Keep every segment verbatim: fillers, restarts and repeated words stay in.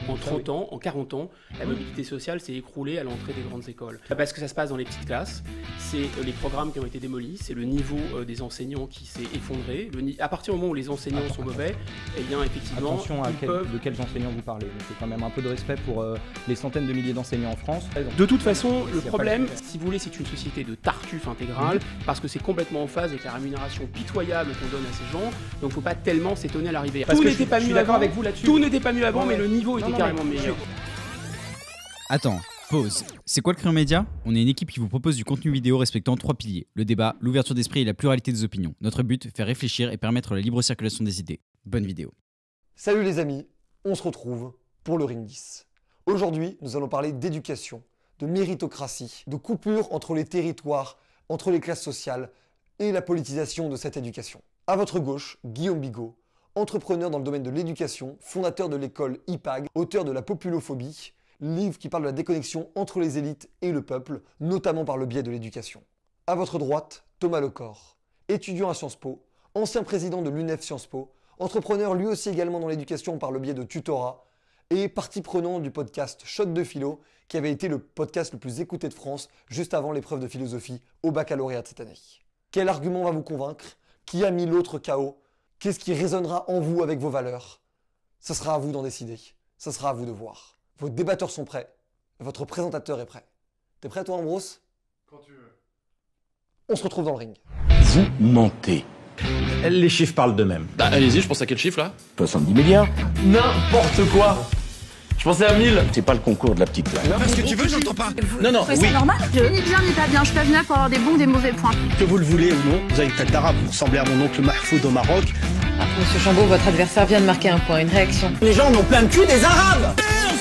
En trente ans, en quarante ans, la mobilité sociale s'est écroulée à l'entrée des grandes écoles. Parce que ça se passe dans les petites classes, c'est les programmes qui ont été démolis, c'est le niveau des enseignants qui s'est effondré. Le ni- à partir du moment où les enseignants Attends, sont attends. mauvais, eh bien effectivement, Attention à ils quel, peuvent... de quels enseignants vous parlez. Il faut quand même un peu de respect pour euh, les centaines de milliers d'enseignants en France. De toute façon, le S'il y a problème, pas de- si vous voulez, c'est une société de tartuffe intégrale, parce que c'est complètement en phase avec la rémunération pitoyable qu'on donne à ces gens, donc faut pas tellement s'étonner à l'arrivée. Parce Tout que n'était je- pas je suis mieux d'accord avant, avec vous là-dessus. tout n'était pas mieux avant, Ouais, mais le niveau non, était non, carrément mais- meilleur. Attends, pause. C'est quoi le Crayon Média? On est une équipe qui vous propose du contenu vidéo respectant trois piliers. Le débat, l'ouverture d'esprit et la pluralité des opinions. Notre but, faire réfléchir et permettre la libre circulation des idées. Bonne vidéo. Salut les amis, on se retrouve pour le Ring dix. Aujourd'hui, nous allons parler d'éducation, de méritocratie, de coupure entre les territoires, entre les classes sociales et la politisation de cette éducation. À votre gauche, Guillaume Bigot, entrepreneur dans le domaine de l'éducation, fondateur de l'école I P A G, auteur de La Populophobie, livre qui parle de la déconnexion entre les élites et le peuple, notamment par le biais de l'éducation. À votre droite, Thomas Lecor, étudiant à Sciences Po, ancien président de l'U N E F Sciences Po, entrepreneur lui aussi également dans l'éducation par le biais de tutorat, et partie prenante du podcast Shot de Philo, qui avait été le podcast le plus écouté de France juste avant l'épreuve de philosophie au baccalauréat de cette année. Quel argument va vous convaincre? Qui a mis l'autre K O? Qu'est-ce qui résonnera en vous avec vos valeurs? Ce sera à vous d'en décider. Ce sera à vous de voir. Vos débatteurs sont prêts. Votre présentateur est prêt. T'es prêt toi, Ambrose? Quand tu veux. On se retrouve dans le ring. Vous mentez. Les chiffres parlent d'eux-mêmes. Bah allez-y, je pense à quel chiffre là? soixante-dix milliards. N'importe quoi. Je pensais à mille. C'est pas le concours de la petite classe. Parce que tu veux, j'entends pas. Non, non, Ouais, oui. c'est normal. Ni bien ni pas bien, je suis pas venue là pour avoir des bons ou des mauvais points. Que vous le voulez ou non, vous avez une tête d'arabe, vous ressemblez à mon oncle Mahfoud au Maroc. Monsieur Chambaud, votre adversaire vient de marquer un point, une réaction. Les gens n'ont plein de cul des arabes.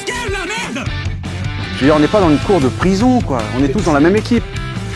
Je veux dire, on n'est pas dans une cour de prison, quoi. On est tous dans la même équipe.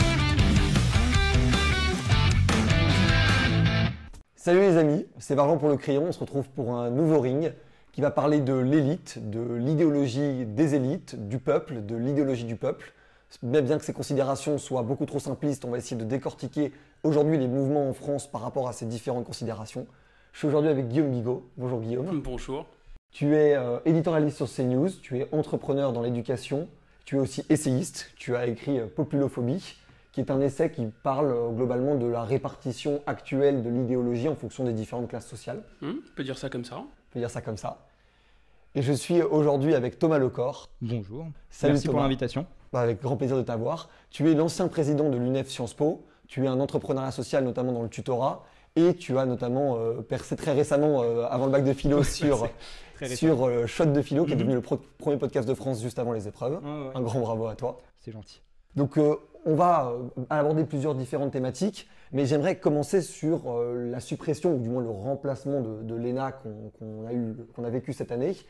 Salut les amis, c'est Varjan pour le Crayon. On se retrouve pour un nouveau ring qui va parler de l'élite, de l'idéologie des élites, du peuple, de l'idéologie du peuple. Bien, bien que ces considérations soient beaucoup trop simplistes, on va essayer de décortiquer aujourd'hui les mouvements en France par rapport à ces différentes considérations. Je suis aujourd'hui avec Guillaume Bigot. Bonjour Guillaume. Bonjour. Tu es euh, éditorialiste sur CNews, tu es entrepreneur dans l'éducation, tu es aussi essayiste, tu as écrit euh, Populophobie, qui est un essai qui parle euh, globalement de la répartition actuelle de l'idéologie en fonction des différentes classes sociales. Hum, on peut dire ça comme ça. On peut dire ça comme ça. Et je suis aujourd'hui avec Thomas Lecor. Bonjour. Salut Merci Thomas. pour l'invitation. Bah, avec grand plaisir de t'avoir. Tu es l'ancien président de l'U N E F Sciences Po, tu es un entrepreneuriat social notamment dans le tutorat, et tu as notamment euh, percé très récemment, euh, avant le bac de philo, sur, Très sur euh, Shot de Philo, qui est Mhm. devenu le pro- premier podcast de France juste avant les épreuves. Ouais, ouais. Un grand bravo à toi. C'est gentil. Donc euh, on va euh, aborder plusieurs différentes thématiques, mais j'aimerais commencer sur euh, la suppression, ou du moins le remplacement de, de l'E N A qu'on qu'on a, eu- qu'on a vécu cette année.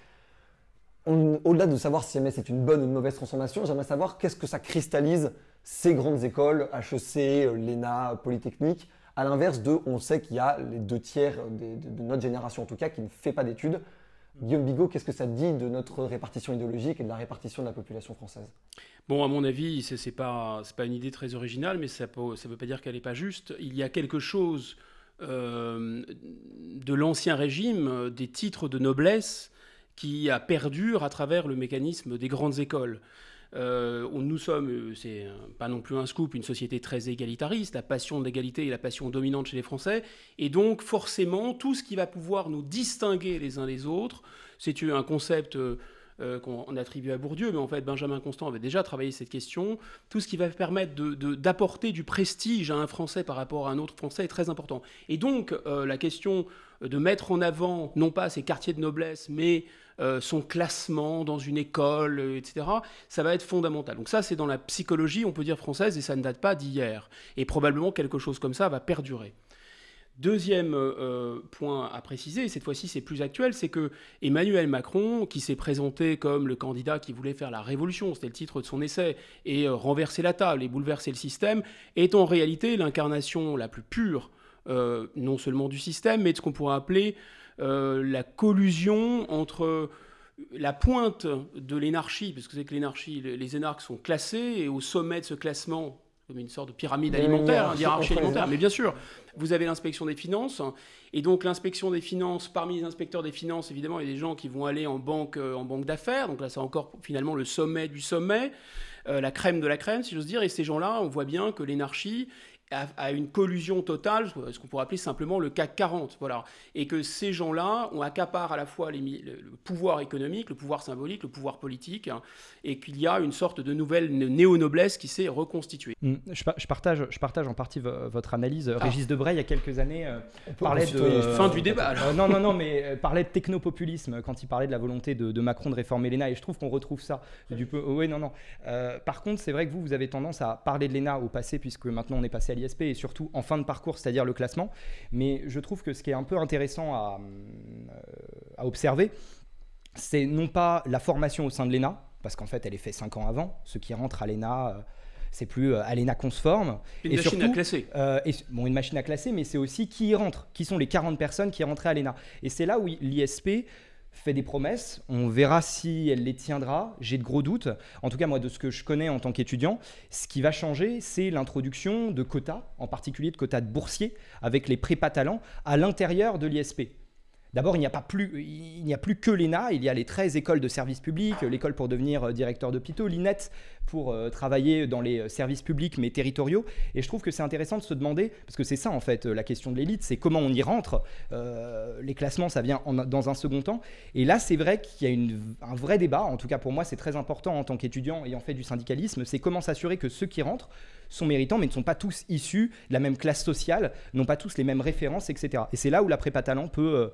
On- Au-delà de savoir si jamais c'est une bonne ou une mauvaise transformation, j'aimerais savoir qu'est-ce que ça cristallise ces grandes écoles, H E C, euh, l'E N A, Polytechnique, à l'inverse de, on sait qu'il y a les deux tiers des- de, de notre génération en tout cas qui ne fait pas d'études. Guillaume Bigot, qu'est-ce que ça dit de notre répartition idéologique et de la répartition de la population française? Bon, à mon avis, c'est c'est pas, c'est pas une idée très originale, mais ça ne veut pas dire qu'elle n'est pas juste. Il y a quelque chose euh, de l'ancien régime, euh, des titres de noblesse, qui a perdure à travers le mécanisme des grandes écoles. Euh, on- nous sommes, euh, c'est euh, pas non plus un scoop, une société très égalitariste. La passion de l'égalité est la passion dominante chez les Français. Et donc, forcément, tout ce qui va pouvoir nous distinguer les uns les autres, c'est un concept euh, euh, qu'on attribue à Bourdieu, mais en fait, Benjamin Constant avait déjà travaillé cette question. Tout ce qui va permettre de- de- d'apporter du prestige à un Français par rapport à un autre Français est très important. Et donc, euh, la question de mettre en avant, non pas ces quartiers de noblesse, mais euh, son classement dans une école, euh, et cetera, ça va être fondamental. Donc ça, c'est dans la psychologie, on peut dire française, et ça ne date pas d'hier. Et probablement, quelque chose comme ça va perdurer. Deuxième euh, point à préciser, et cette fois-ci c'est plus actuel, c'est que Emmanuel Macron, qui s'est présenté comme le candidat qui voulait faire la révolution, c'était le titre de son essai, et euh, renverser la table et bouleverser le système, est en réalité l'incarnation la plus pure, euh, non seulement du système, mais de ce qu'on pourrait appeler euh, la collusion entre la pointe de l'énarchie, parce que c'est que l'énarchie, les énarques sont classés, et au sommet de ce classement, comme une sorte de pyramide alimentaire, une hiérarchie alimentaire. Mais bien sûr, vous avez l'inspection des finances. Et donc l'inspection des finances, parmi les inspecteurs des finances, évidemment, il y a des gens qui vont aller en banque, euh, en banque d'affaires. Donc là, c'est encore finalement le sommet du sommet, euh, la crème de la crème, si j'ose dire. Et ces gens-là, on voit bien que l'énarchie à une collusion totale, ce qu'on pourrait appeler simplement le C A C quarante. Voilà. Et que ces gens-là ont accaparé à la fois les, le pouvoir économique, le pouvoir symbolique, le pouvoir politique, hein, et qu'il y a une sorte de nouvelle néo-noblesse qui s'est reconstituée. Mmh, je, je, partage, je partage en partie votre analyse. Ah. Régis Debray, il y a quelques années, euh, parlait de... Euh, fin du débat. Euh, non, non, non, mais euh, parlait de technopopulisme quand il parlait de la volonté de, de Macron de réformer l'E N A, et je trouve qu'on retrouve ça. Du peu, oui, non, non. Euh, par contre, c'est vrai que vous, vous avez tendance à parler de l'E N A au passé, puisque maintenant on est passé à l'I S P, et surtout en fin de parcours, c'est-à-dire le classement. Mais je trouve que ce qui est un peu intéressant à, à observer, c'est non pas la formation au sein de l'E N A, parce qu'en fait elle est faite cinq ans avant. Ceux qui rentrent à l'E N A, c'est plus à l'E N A qu'on se forme. Une et machine surtout, à classer. Euh, et, bon, une machine à classer, mais c'est aussi qui y rentre, qui sont les quarante personnes qui rentrent à l'E N A. Et c'est là où l'I S P fait des promesses, on verra si elle les tiendra, j'ai de gros doutes. En tout cas, moi, de ce que je connais en tant qu'étudiant, ce qui va changer, c'est l'introduction de quotas, en particulier de quotas de boursiers, avec les prépa talents à l'intérieur de l'I S P. D'abord, il n'y a pas plus, il n'y a plus que l'E N A, il y a les treize écoles de services publics, l'école pour devenir directeur d'hôpitaux, l'I N E T pour euh, travailler dans les services publics mais territoriaux. Et je trouve que c'est intéressant de se demander, parce que c'est ça en fait la question de l'élite, c'est comment on y rentre. Euh, les classements, ça vient en, dans un second temps. Et là, c'est vrai qu'il y a une, un vrai débat, en tout cas pour moi, c'est très important en tant qu'étudiant ayant fait du syndicalisme, c'est comment s'assurer que ceux qui rentrent sont méritants, mais ne sont pas tous issus de la même classe sociale, n'ont pas tous les mêmes références, et cetera. Et c'est là où la prépa talent peut... Euh,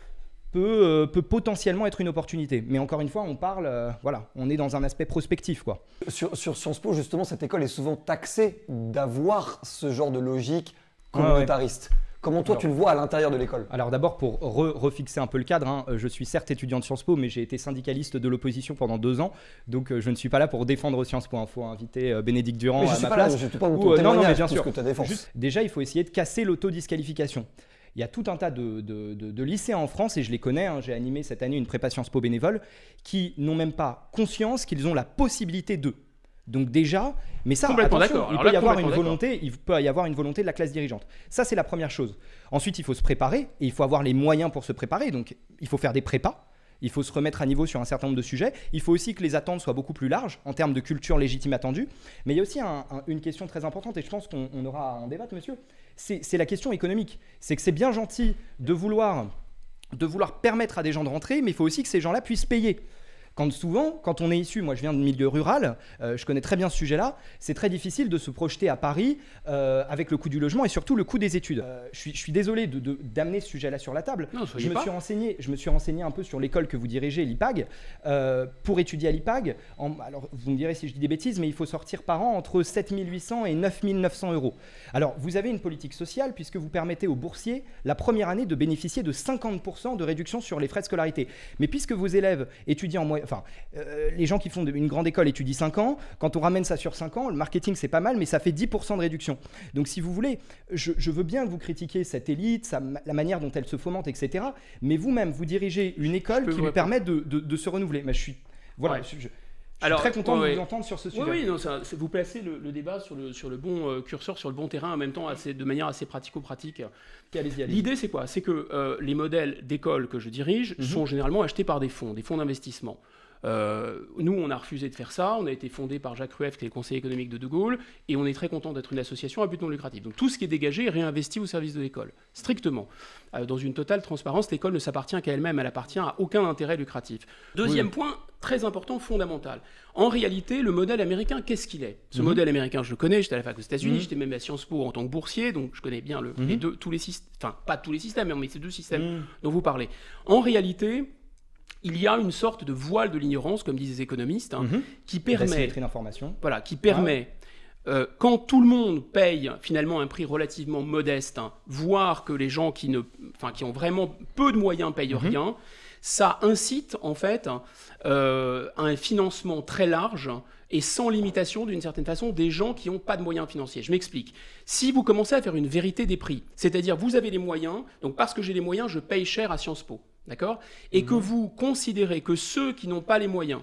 Peut, euh, peut potentiellement être une opportunité. Mais encore une fois, on parle, euh, voilà, on est dans un aspect prospectif, quoi. Sur, sur Sciences Po, justement, cette école est souvent taxée d'avoir ce genre de logique communautariste. Ah ouais. Comment toi, alors, tu le vois à l'intérieur de l'école? Alors d'abord, pour re refixer un peu le cadre, hein, je suis certes étudiant de Sciences Po, mais j'ai été syndicaliste de l'opposition pendant deux ans, donc euh, je ne suis pas là pour défendre Sciences Po. Il faut inviter euh, Bénédicte Durand mais je à suis ma pas place. Là, je suis pas ou, euh, non, non, mais bien sûr. Que ta défense. Juste, déjà, il faut essayer de casser l'autodisqualification. Il y a tout un tas de, de, de, de lycéens en France, et je les connais, hein, j'ai animé cette année une prépa Sciences Po bénévole, qui n'ont même pas conscience qu'ils ont la possibilité d'eux. Donc déjà, mais ça, complètement attention, il peut peut là, y avoir une volonté, il peut y avoir une volonté de la classe dirigeante. Ça, c'est la première chose. Ensuite, il faut se préparer, et il faut avoir les moyens pour se préparer. Donc, il faut faire des prépas. Il faut se remettre à niveau sur un certain nombre de sujets. Il faut aussi que les attentes soient beaucoup plus larges en termes de culture légitime attendue. Mais il y a aussi un, un, une question très importante, et je pense qu'on aura à en débattre, monsieur. C'est la question économique. C'est que c'est bien gentil de vouloir, de vouloir permettre à des gens de rentrer, mais il faut aussi que ces gens-là puissent payer. Quand souvent, quand on est issu, moi je viens de milieu rural, euh, je connais très bien ce sujet-là, c'est très difficile de se projeter à Paris euh, avec le coût du logement et surtout le coût des études. Euh, je, suis, je suis désolé d'amener de, de, ce sujet-là sur la table. Non, je, me suis renseigné, je me suis renseigné un peu sur l'école que vous dirigez, l'I P A G. Euh, pour étudier à l'I P A G, en, alors vous me direz si je dis des bêtises, mais il faut sortir par an entre sept mille huit cents et neuf mille neuf cents euros. Alors vous avez une politique sociale puisque vous permettez aux boursiers la première année de bénéficier de cinquante pour cent de réduction sur les frais de scolarité. Mais puisque vos élèves étudient en moyenne... Enfin, euh, les gens qui font une grande école étudient cinq ans. Quand on ramène ça sur cinq ans, le marketing, c'est pas mal, mais ça fait dix pour cent de réduction. Donc, si vous voulez, je, je veux bien que vous critiquiez cette élite, sa, la manière dont elle se fomente, et cetera. Mais vous-même, vous dirigez une école qui lui permet de, de, de se renouveler. Mais je suis, voilà, ouais. je, je, je Alors, suis très content ouais, de vous entendre sur ce sujet. Oui, oui, non, ça, vous placez le, le débat sur le, sur le bon euh, curseur, sur le bon terrain, en même temps assez, de manière assez pratico-pratique. Allez-y, allez-y. L'idée, c'est quoi? C'est que euh, les modèles d'école que je dirige mm-hmm. sont généralement achetés par des fonds, des fonds d'investissement. Euh, nous, on a refusé de faire ça. On a été fondé par Jacques Rueff, qui est le conseiller économique de De Gaulle, et on est très content d'être une association à but non lucratif. Donc tout ce qui est dégagé est réinvesti au service de l'école, strictement. Euh, dans une totale transparence, l'école ne s'appartient qu'à elle-même, elle appartient à aucun intérêt lucratif. Deuxième oui. point, très important, fondamental. En réalité, le modèle américain, qu'est-ce qu'il est? Ce mmh. modèle américain, je le connais, j'étais à la fac aux États-Unis, mmh. j'étais même à Sciences Po en tant que boursier, donc je connais bien le, mmh. les deux, tous les systèmes, enfin pas tous les systèmes, mais ces deux systèmes mmh. dont vous parlez. En réalité, il y a une sorte de voile de l'ignorance, comme disent les économistes, hein, mmh. qui permet, voilà, qui permet, ah. euh, quand tout le monde paye finalement un prix relativement modeste, hein, voire que les gens qui ne, enfin, qui ont vraiment peu de moyens payent mmh. rien, ça incite en fait euh, à un financement très large et sans limitation d'une certaine façon des gens qui n'ont pas de moyens financiers. Je m'explique. Si vous commencez à faire une vérité des prix, c'est-à-dire vous avez les moyens, donc parce que j'ai les moyens, je paye cher à Sciences Po. D'accord ? Et mmh. que vous considérez que ceux qui n'ont pas les moyens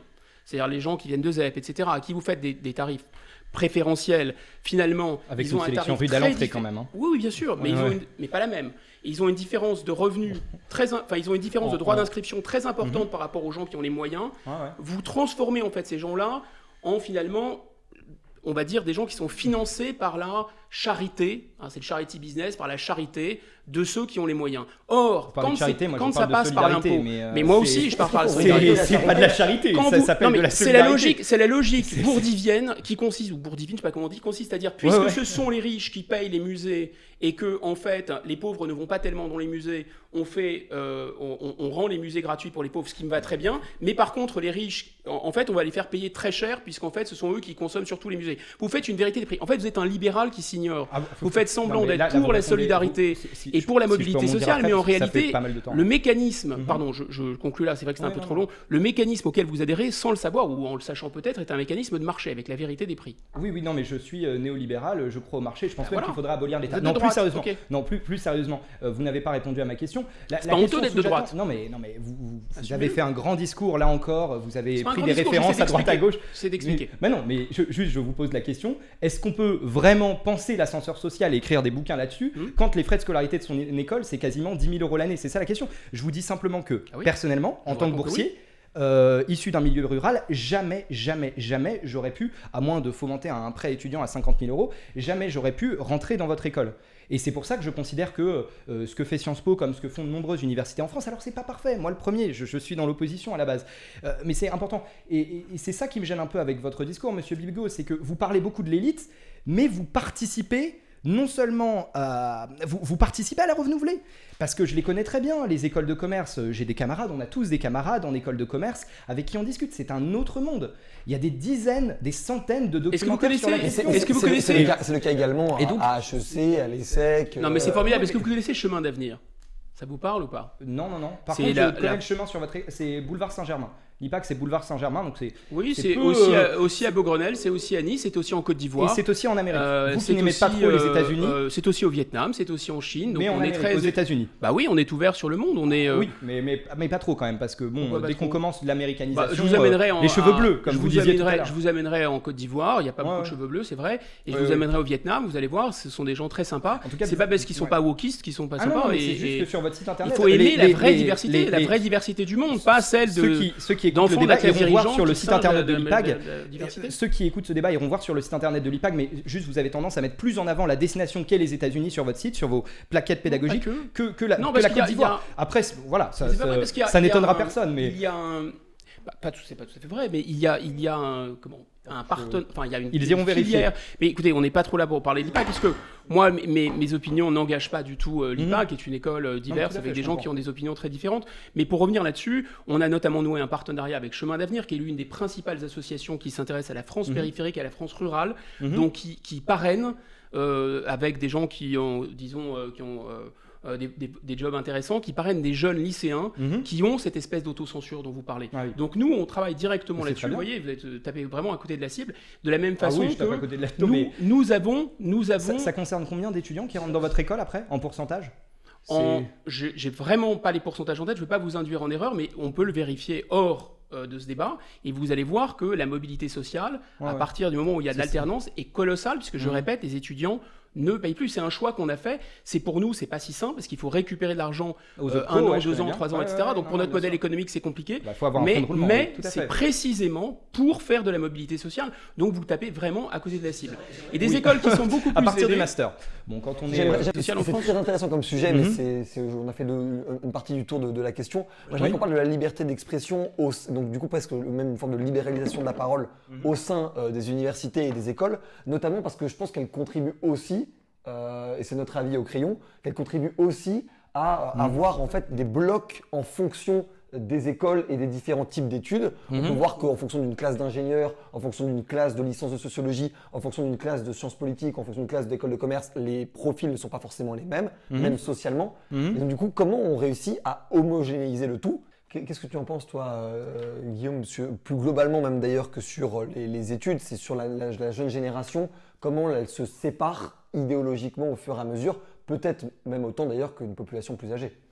c'est-à-dire les gens qui viennent de Z E P, et cetera, à qui vous faites des, des tarifs préférentiels, finalement, avec ils une ont un sélection tarif rude à très l'entrée diffé- quand même. Hein. Oui, oui, bien sûr, mais, Ouais, ils ont ouais. une- mais pas la même. Ils ont une différence de revenus très, in- enfin, ils ont une différence En- de droit en- d'inscription très importante Mhm. par rapport aux gens qui ont les moyens. Ouais, ouais. Vous transformez en fait ces gens-là en finalement, on va dire, des gens qui sont financés par la charité, hein, c'est le charity business, par la charité de ceux qui ont les moyens. Or, Vous parlez quand, de charité, c'est- moi, je quand vous ça parle de passe par solidarité, l'impôt, mais, euh, mais moi c'est- aussi je parle par la solidarité. C'est c'est pas de la charité, Quand ça vous- s'appelle non, mais de la c'est la solidarité. logique, c'est la logique bourdivienne qui consiste, ou bourdivienne, je sais pas comment on dit, consiste à dire puisque Ouais, ouais. ce sont les riches qui payent les musées et que en fait les pauvres ne vont pas tellement dans les musées, on fait, euh, on, on- on rend les musées gratuits pour les pauvres, ce qui me va très bien. Mais par contre les riches, en, en fait, on va les faire payer très cher puisqu'en fait ce sont eux qui consomment sur tous les musées. Vous faites une vérité des prix. En fait, vous êtes un libéral qui s'ignore. Ah, faut- Vous faites semblant non, mais d'être là- là, pour vous la répondez- solidarité vous- si- et si- pour la si je peux mobilité rebondir sociale, après, mais en parce que ça fait réalité, pas mal de temps. le mécanisme, Mhm. pardon, je, je conclue là, c'est vrai que c'est un Ouais, peu non, trop non. long, le mécanisme auquel vous adhérez sans le savoir ou en le sachant peut-être est un mécanisme de marché avec la vérité des prix. Oui, oui, non, mais je suis euh, néolibéral, je crois au marché, je pense Ah, même voilà. qu'il faudrait abolir Vous l'État. êtes de Non, plus droite, sérieusement, ok. non, plus, plus sérieusement, euh, vous n'avez pas répondu à ma question. La, C'est la pas question honteux d'être de sous-jacente- droite. Non, mais, non, mais vous, vous- vous Assumez-le. avez fait un grand discours là encore, vous avez C'est pas un pris grand des discours, références j'essaie à droite à d'expliquer. gauche. C'est d'expliquer. Mais, mais non, mais je, juste je vous pose la question, est-ce qu'on peut vraiment penser l'ascenseur social et écrire des bouquins là-dessus Mhm. quand les frais de scolarité de son é- école c'est quasiment dix mille euros l'année? C'est ça la question. Je vous dis simplement que, Ah oui. personnellement, en Je tant que vous réponds que boursier, euh, issu d'un milieu rural, jamais, jamais, jamais j'aurais pu, à moins de fomenter un prêt étudiant à cinquante mille euros, jamais j'aurais pu rentrer dans votre école. Et c'est pour ça que je considère que euh, ce que fait Sciences Po, comme ce que font de nombreuses universités en France, alors c'est pas parfait, moi le premier, je, je suis dans l'opposition à la base, Euh, mais c'est important. Et, et- et c'est ça qui me gêne un peu avec votre discours, monsieur Bigot, c'est que vous parlez beaucoup de l'élite, mais vous participez non seulement à... Vous, vous participez à la renouveler, parce que je les connais très bien, les écoles de commerce, euh, j'ai des camarades, on a tous des camarades en école de commerce avec qui on discute, c'est un autre monde. Il y a des dizaines, des centaines de Est-ce que vous documentaires sur la connaissez- question. est-ce que vous C'est- connaissez- C'est le, cas- c'est le cas également Et donc- à H E C, à l'ESSEC. Non mais c'est euh, formidable. Est-ce que vous connaissez Chemin d'avenir? Ça vous parle ou pas? Non, non, non. Par C'est contre, la- je connais la- le chemin sur votre... é- C'est boulevard Saint-Germain. L'I P A C, c'est boulevard Saint-Germain, donc c'est... Oui, c'est c'est peu, aussi, euh, à, aussi à Beaugrenelle, c'est aussi à Nice, c'est aussi en Côte Et d'Ivoire. c'est aussi en Amérique. Euh, Vous c'est qui n'aimez pas aussi, trop les euh, États-Unis, euh, c'est aussi au Vietnam, c'est aussi en Chine. Donc mais en on est Amérique, très aux États-Unis. Bah oui, on est ouvert sur le monde. On est. euh, Oui, mais, mais, mais pas trop quand même, parce que bon, Pourquoi pas dès qu'on trop commence l'américanisation, Bah, je vous amènerai euh, en, les cheveux à- bleus, comme je vous, vous disiez tout à amènerai, l'heure. je vous amènerai en Côte d'Ivoire. Il n'y a pas Ouais, beaucoup ouais. de cheveux bleus, c'est vrai. Et je Ouais, vous ouais. amènerai au Vietnam. Vous allez voir, ce sont des gens très sympas. En tout cas, C'est pas parce qu'ils sont ouais. pas wokistes qu'ils sont pas Ah non, sympas. non, mais et- c'est juste et que sur votre site il internet, faut aimer les- la les- vraie les- diversité, les- la les- vraie diversité du monde, pas celle de. Ceux qui, ceux qui écoutent le d'enfants de débat la classe iront voir dirigeante sur le qui site sont internet de de la- l'I P A G. de la- de la diversité. Ceux qui écoutent ce débat iront voir sur le site internet de l'I P A G, mais juste vous avez tendance à mettre plus en avant la destination qu'est les États-Unis sur votre site, sur vos plaquettes pédagogiques, pas que, que la, Non, que parce la qu'il y a- Côte d'Ivoire. il y Après, c'est- voilà, ça, C'est pas ça- vrai, parce qu'il y a- ça il y a n'étonnera un- personne, mais Il y a un. Bah, pas tout, c'est pas tout à fait vrai, mais il y a, il y a un. Comment un partenaire, enfin il y a une, Ils une iront vérifier. filière. Mais écoutez, on n'est pas trop là pour parler de l'I P A C, puisque moi, mes, mes- mes opinions n'engagent pas du tout euh, l'I P A C, qui est une école euh, diverse tout à fait, avec je des gens comprends. qui ont des opinions très différentes. Mais pour revenir là-dessus, on a notamment noué un partenariat avec Chemin d'avenir, qui est l'une des principales associations qui s'intéresse à la France Mhm. périphérique, à la France rurale, Mhm. donc qui, qui parraine euh, avec des gens qui ont, disons, euh, qui ont euh, euh, des, des- des jobs intéressants, qui parrainent des jeunes lycéens Mhm. qui ont cette espèce d'autocensure dont vous parlez. Ah oui. Donc nous, on travaille directement C'est là-dessus. très Vous bien. voyez, vous êtes euh, tapé vraiment à côté de la cible. De la même Ah façon oui, je tape que à côté de la nous, mais nous avons, nous ça, avons, ça concerne combien d'étudiants qui rentrent dans votre école après, en pourcentage? en- C'est- j'ai j'ai vraiment pas les pourcentages en tête. Je ne veux pas vous induire en erreur, mais on peut le vérifier hors euh, de ce débat. Et vous allez voir que la mobilité sociale, Ouais, à ouais. partir du moment où il y a de C'est ça. l'alternance, est colossale, puisque je Mhm. répète, les étudiants ne payent plus. C'est un choix qu'on a fait. C'est pour nous, c'est pas si simple parce qu'il faut récupérer de l'argent Aux euh, autres un co, an, ouais, je deux connais ans, bien. trois ans, Ouais, et cetera. ouais, Donc non, pour non, notre bien modèle sûr. économique, c'est compliqué. Bah, faut avoir un mais fonds de roulement, mais oui, tout à c'est fait. précisément pour faire de la mobilité sociale. Donc vous tapez vraiment à côté de la cible. Et des Oui. écoles qui sont beaucoup plus à partir aidées, du master. Bon, quand on est J'aimerais- euh, j'aimerais- social en C'est France. très intéressant comme sujet, mais Mhm. c'est- c'est- on a fait de- une partie du tour de, de la question. Moi, j'aimerais Oui. qu'on parle de la liberté d'expression, au- donc du coup presque le- même une forme de libéralisation de la parole au sein euh, des universités et des écoles, notamment parce que je pense qu'elle contribue aussi, euh, et c'est notre avis au crayon, qu'elle contribue aussi à euh, avoir en fait des blocs en fonction des écoles et des différents types d'études. On Mhm. peut voir qu'en fonction d'une classe d'ingénieur, en fonction d'une classe de licence de sociologie, en fonction d'une classe de sciences politiques, en fonction d'une classe d'école de commerce, les profils ne sont pas forcément les mêmes, Mhm. même socialement. Mhm. Et donc du coup, comment on réussit à homogénéiser le tout? Qu'est-ce que tu en penses, toi, euh, Guillaume, sur- plus globalement même d'ailleurs que sur les, les études, c'est sur la, la- la jeune génération, comment elle se sépare idéologiquement au fur et à mesure, peut-être même autant d'ailleurs qu'une population plus âgée.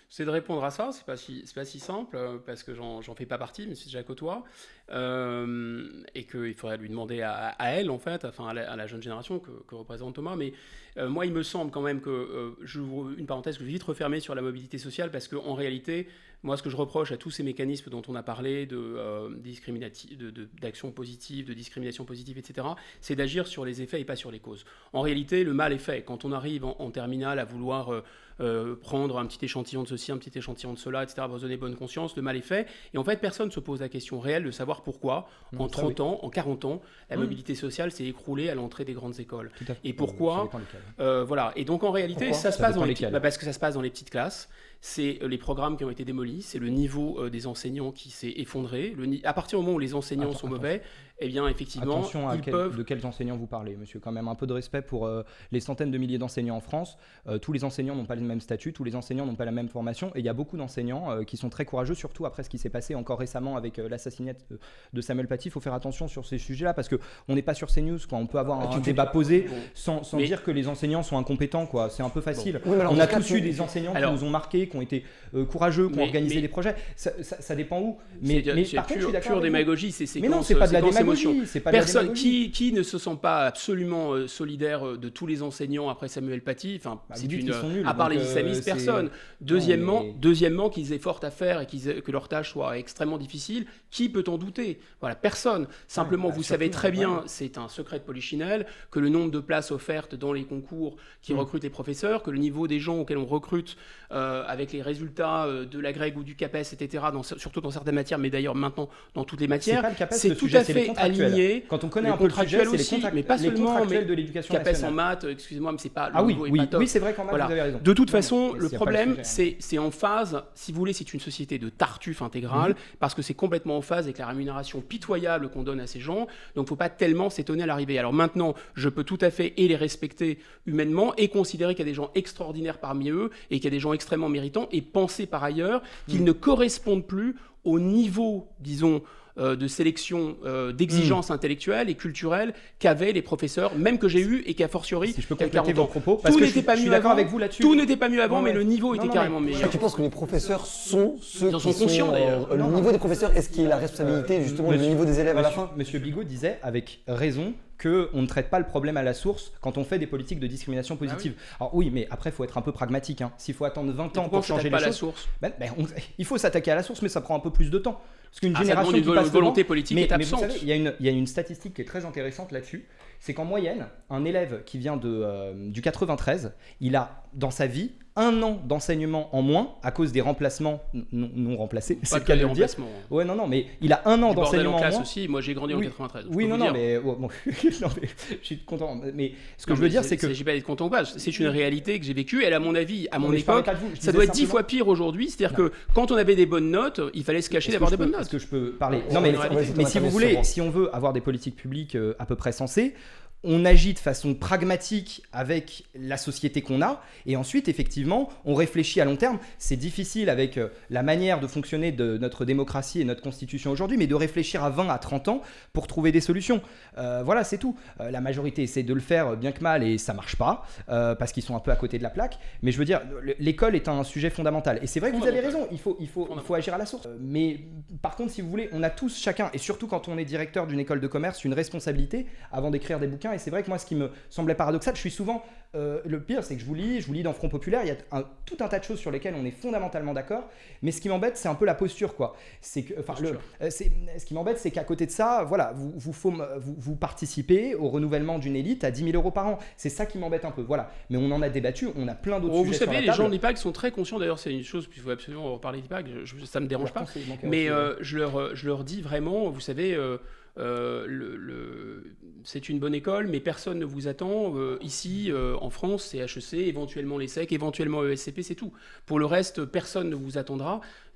c'est de répondre à ça. C'est pas si, c'est pas si simple euh, parce que j'en, j'en fais pas partie, mais c'est déjà côtoie euh, et qu'il faudrait lui demander à, à elle en fait, enfin à la, à la jeune génération que, que représente Thomas. Mais euh, moi, il me semble quand même que euh, j'ouvre une parenthèse que je vais vite refermer sur la mobilité sociale parce qu'en réalité, moi, ce que je reproche à tous ces mécanismes dont on a parlé de euh, discriminati- de, de, d'action positive, de discrimination positive, et cetera, c'est d'agir sur les effets et pas sur les causes. En réalité, le mal est fait. Quand on arrive en, en terminale à vouloir euh, euh, prendre un petit échantillon de ceci, un petit échantillon de cela, et cetera, pour se donner bonne conscience, le mal est fait. Et en fait, personne ne se pose la question réelle de savoir pourquoi, mmh, en trente oui. ans, en quarante ans, la mmh. mobilité sociale s'est écroulée à l'entrée des grandes écoles. Et pourquoi euh, voilà. Et donc, en réalité, pourquoi ça, ça se passe dans les petites, bah, parce que ça se passe dans les petites classes. C'est les programmes qui ont été démolis, c'est le niveau euh, des enseignants qui s'est effondré. Le ni- à partir du moment où les enseignants Attends, sont mauvais, attention. eh bien, effectivement, attention à ils quel, peuvent... de quels enseignants vous parlez, monsieur. Quand même un peu de respect pour euh, les centaines de milliers d'enseignants en France. Euh, tous les enseignants n'ont pas le même statut, tous les enseignants n'ont pas la même formation. Et il y a beaucoup d'enseignants euh, qui sont très courageux, surtout après ce qui s'est passé encore récemment avec euh, l'assassinat de, de Samuel Paty. Il faut faire attention sur ces sujets-là parce qu'on n'est pas sur CNews, quoi. On peut avoir ah, un débat posé bon. sans, sans mais... dire que les enseignants sont incompétents, quoi. C'est un peu facile. Bon. Oui, on a tous eu des enseignants alors... qui nous ont marqués, qui ont été euh, courageux, qui ont organisé mais... des projets. Ça, ça, ça dépend où. Mais, c'est, mais c'est par pure, contre, je suis d'accord pure démagogie, c'est séquence, mais non, c'est pas de la démagogie. C'est pas personne qui, qui ne se sent pas absolument euh, solidaire euh, de tous les enseignants après Samuel Paty. Enfin, bah, c'est une, nuls, à part les islamistes, euh, personne. Deuxièmement, mais... deuxièmement, qu'ils aient fort à faire et qu'ils aient, que leur tâche soit extrêmement difficile. Qui peut en douter? Voilà, personne. Simplement, ouais, bah, vous savez très bien, ouais. c'est un secret de polichinelle, que le nombre de places offertes dans les concours qui mmh. recrutent les professeurs, que le niveau des gens auxquels on recrute euh, avec les résultats euh, de la Greg ou du CAPES, et cetera, dans, surtout dans certaines matières, mais d'ailleurs maintenant dans toutes les matières, c'est, CAPES, c'est tout sujet, à fait aligné. Quand on connaît un peu le sujet, c'est aussi, les, contract- mais pas les seulement, mais de l'éducation CAPES nationale. en maths, excusez-moi, mais c'est pas. Ah le oui, niveau oui, est pas top. oui, c'est vrai qu'en maths, voilà. vous avez raison. De toute non, façon, le problème, le c'est, c'est en phase, si vous voulez, c'est une société de tartuffe intégrale, mm-hmm. parce que c'est complètement en phase avec la rémunération pitoyable qu'on donne à ces gens. Donc, il ne faut pas tellement s'étonner à l'arrivée. Alors maintenant, je peux tout à fait et les respecter humainement et considérer qu'il y a des gens extraordinaires parmi eux et qu'il y a des gens extrêmement méritants et penser par ailleurs qu'ils mm. ne correspondent plus au niveau, disons, euh, de sélection, euh, d'exigence mmh. intellectuelle et culturelle qu'avaient les professeurs, même que j'ai eu et qu'a fortiori, si je peux compléter vos propos, parce tout que n'était je, pas je mieux avant. Avec vous là-dessus. Tout n'était pas mieux avant, non, mais, mais le niveau non, était non, carrément mais, meilleur. Tu penses que les professeurs sont ceux Ils en qui sont conscients sont, d'ailleurs. Euh, le niveau des professeurs, est-ce qu'il y a la responsabilité justement du niveau des élèves monsieur, à la fin? Monsieur Bigot disait avec raison qu'on ne traite pas le problème à la source quand on fait des politiques de discrimination positive. Ah oui. Alors oui, mais après, il faut être un peu pragmatique. Hein. S'il faut attendre vingt ans pour changer les choses, source ben, ben, on, il faut s'attaquer à la source, mais ça prend un peu plus de temps. Parce qu'une ah, génération qui une passe volonté devant, politique mais, est absente. Mais vous savez, il y a une, il y a une statistique qui est très intéressante là-dessus. C'est qu'en moyenne, un élève qui vient de, euh, du quatre-vingt-treize, il a dans sa vie un an d'enseignement en moins à cause des remplacements non, non remplacés. C'est le cas des remplacements. Ouais, non, non, mais il a un an du d'enseignement en classe moins. Aussi. Moi, j'ai grandi oui. en quatre-vingt-treize. Oui, non, non mais, oh, bon, non, mais je suis content. Mais ce que non, je veux dire, c'est, c'est que j'ai pas d'être content ou pas. C'est une réalité que j'ai vécue. Elle, à mon avis, à mon non, époque, vous, ça doit être dix fois pire aujourd'hui. C'est-à-dire non. que quand on avait des bonnes notes, il fallait se cacher d'avoir des bonnes notes. Est-ce que je peux parler? Non, mais mais si vous voulez, si on veut avoir des politiques publiques à peu près sensées, on agit de façon pragmatique avec la société qu'on a et ensuite effectivement on réfléchit à long terme. C'est difficile avec la manière de fonctionner de notre démocratie et notre constitution aujourd'hui, mais de réfléchir à vingt à trente ans pour trouver des solutions. Euh, voilà, c'est tout. Euh, la majorité essaie de le faire bien que mal et ça marche pas euh, parce qu'ils sont un peu à côté de la plaque, mais je veux dire, l'école est un sujet fondamental et c'est vrai que vous avez raison, il faut, il faut, il faut agir à la source. Mais par contre, si vous voulez, on a tous chacun, et surtout quand on est directeur d'une école de commerce, une responsabilité avant d'écrire des bouquins. Et c'est vrai que moi, ce qui me semblait paradoxal, je suis souvent... Euh, le pire, c'est que je vous lis, je vous lis dans Front Populaire, il y a un, tout un tas de choses sur lesquelles on est fondamentalement d'accord, mais ce qui m'embête, c'est un peu la posture, quoi. C'est que, enfin, le, euh, c'est, ce qui m'embête, c'est qu'à côté de ça, voilà, vous, vous, faut, vous, vous participez au renouvellement d'une élite à dix mille euros par an. C'est ça qui m'embête un peu, voilà. Mais on en a débattu, on a plein d'autres oh, sujets vous savez, sur la les table. gens d'I P A C sont très conscients, d'ailleurs, c'est une chose, puis il faut absolument reparler d'I P A C, je, ça ne me dérange pas, mais euh, je, leur, je leur dis vraiment, vous savez... Euh, Euh, le, le, c'est une bonne école, mais personne ne vous attend. Euh, ici, euh, en France, c'est H E C, éventuellement l'E S S E C, éventuellement E S C P, c'est tout. Pour le reste, personne ne vous attendra.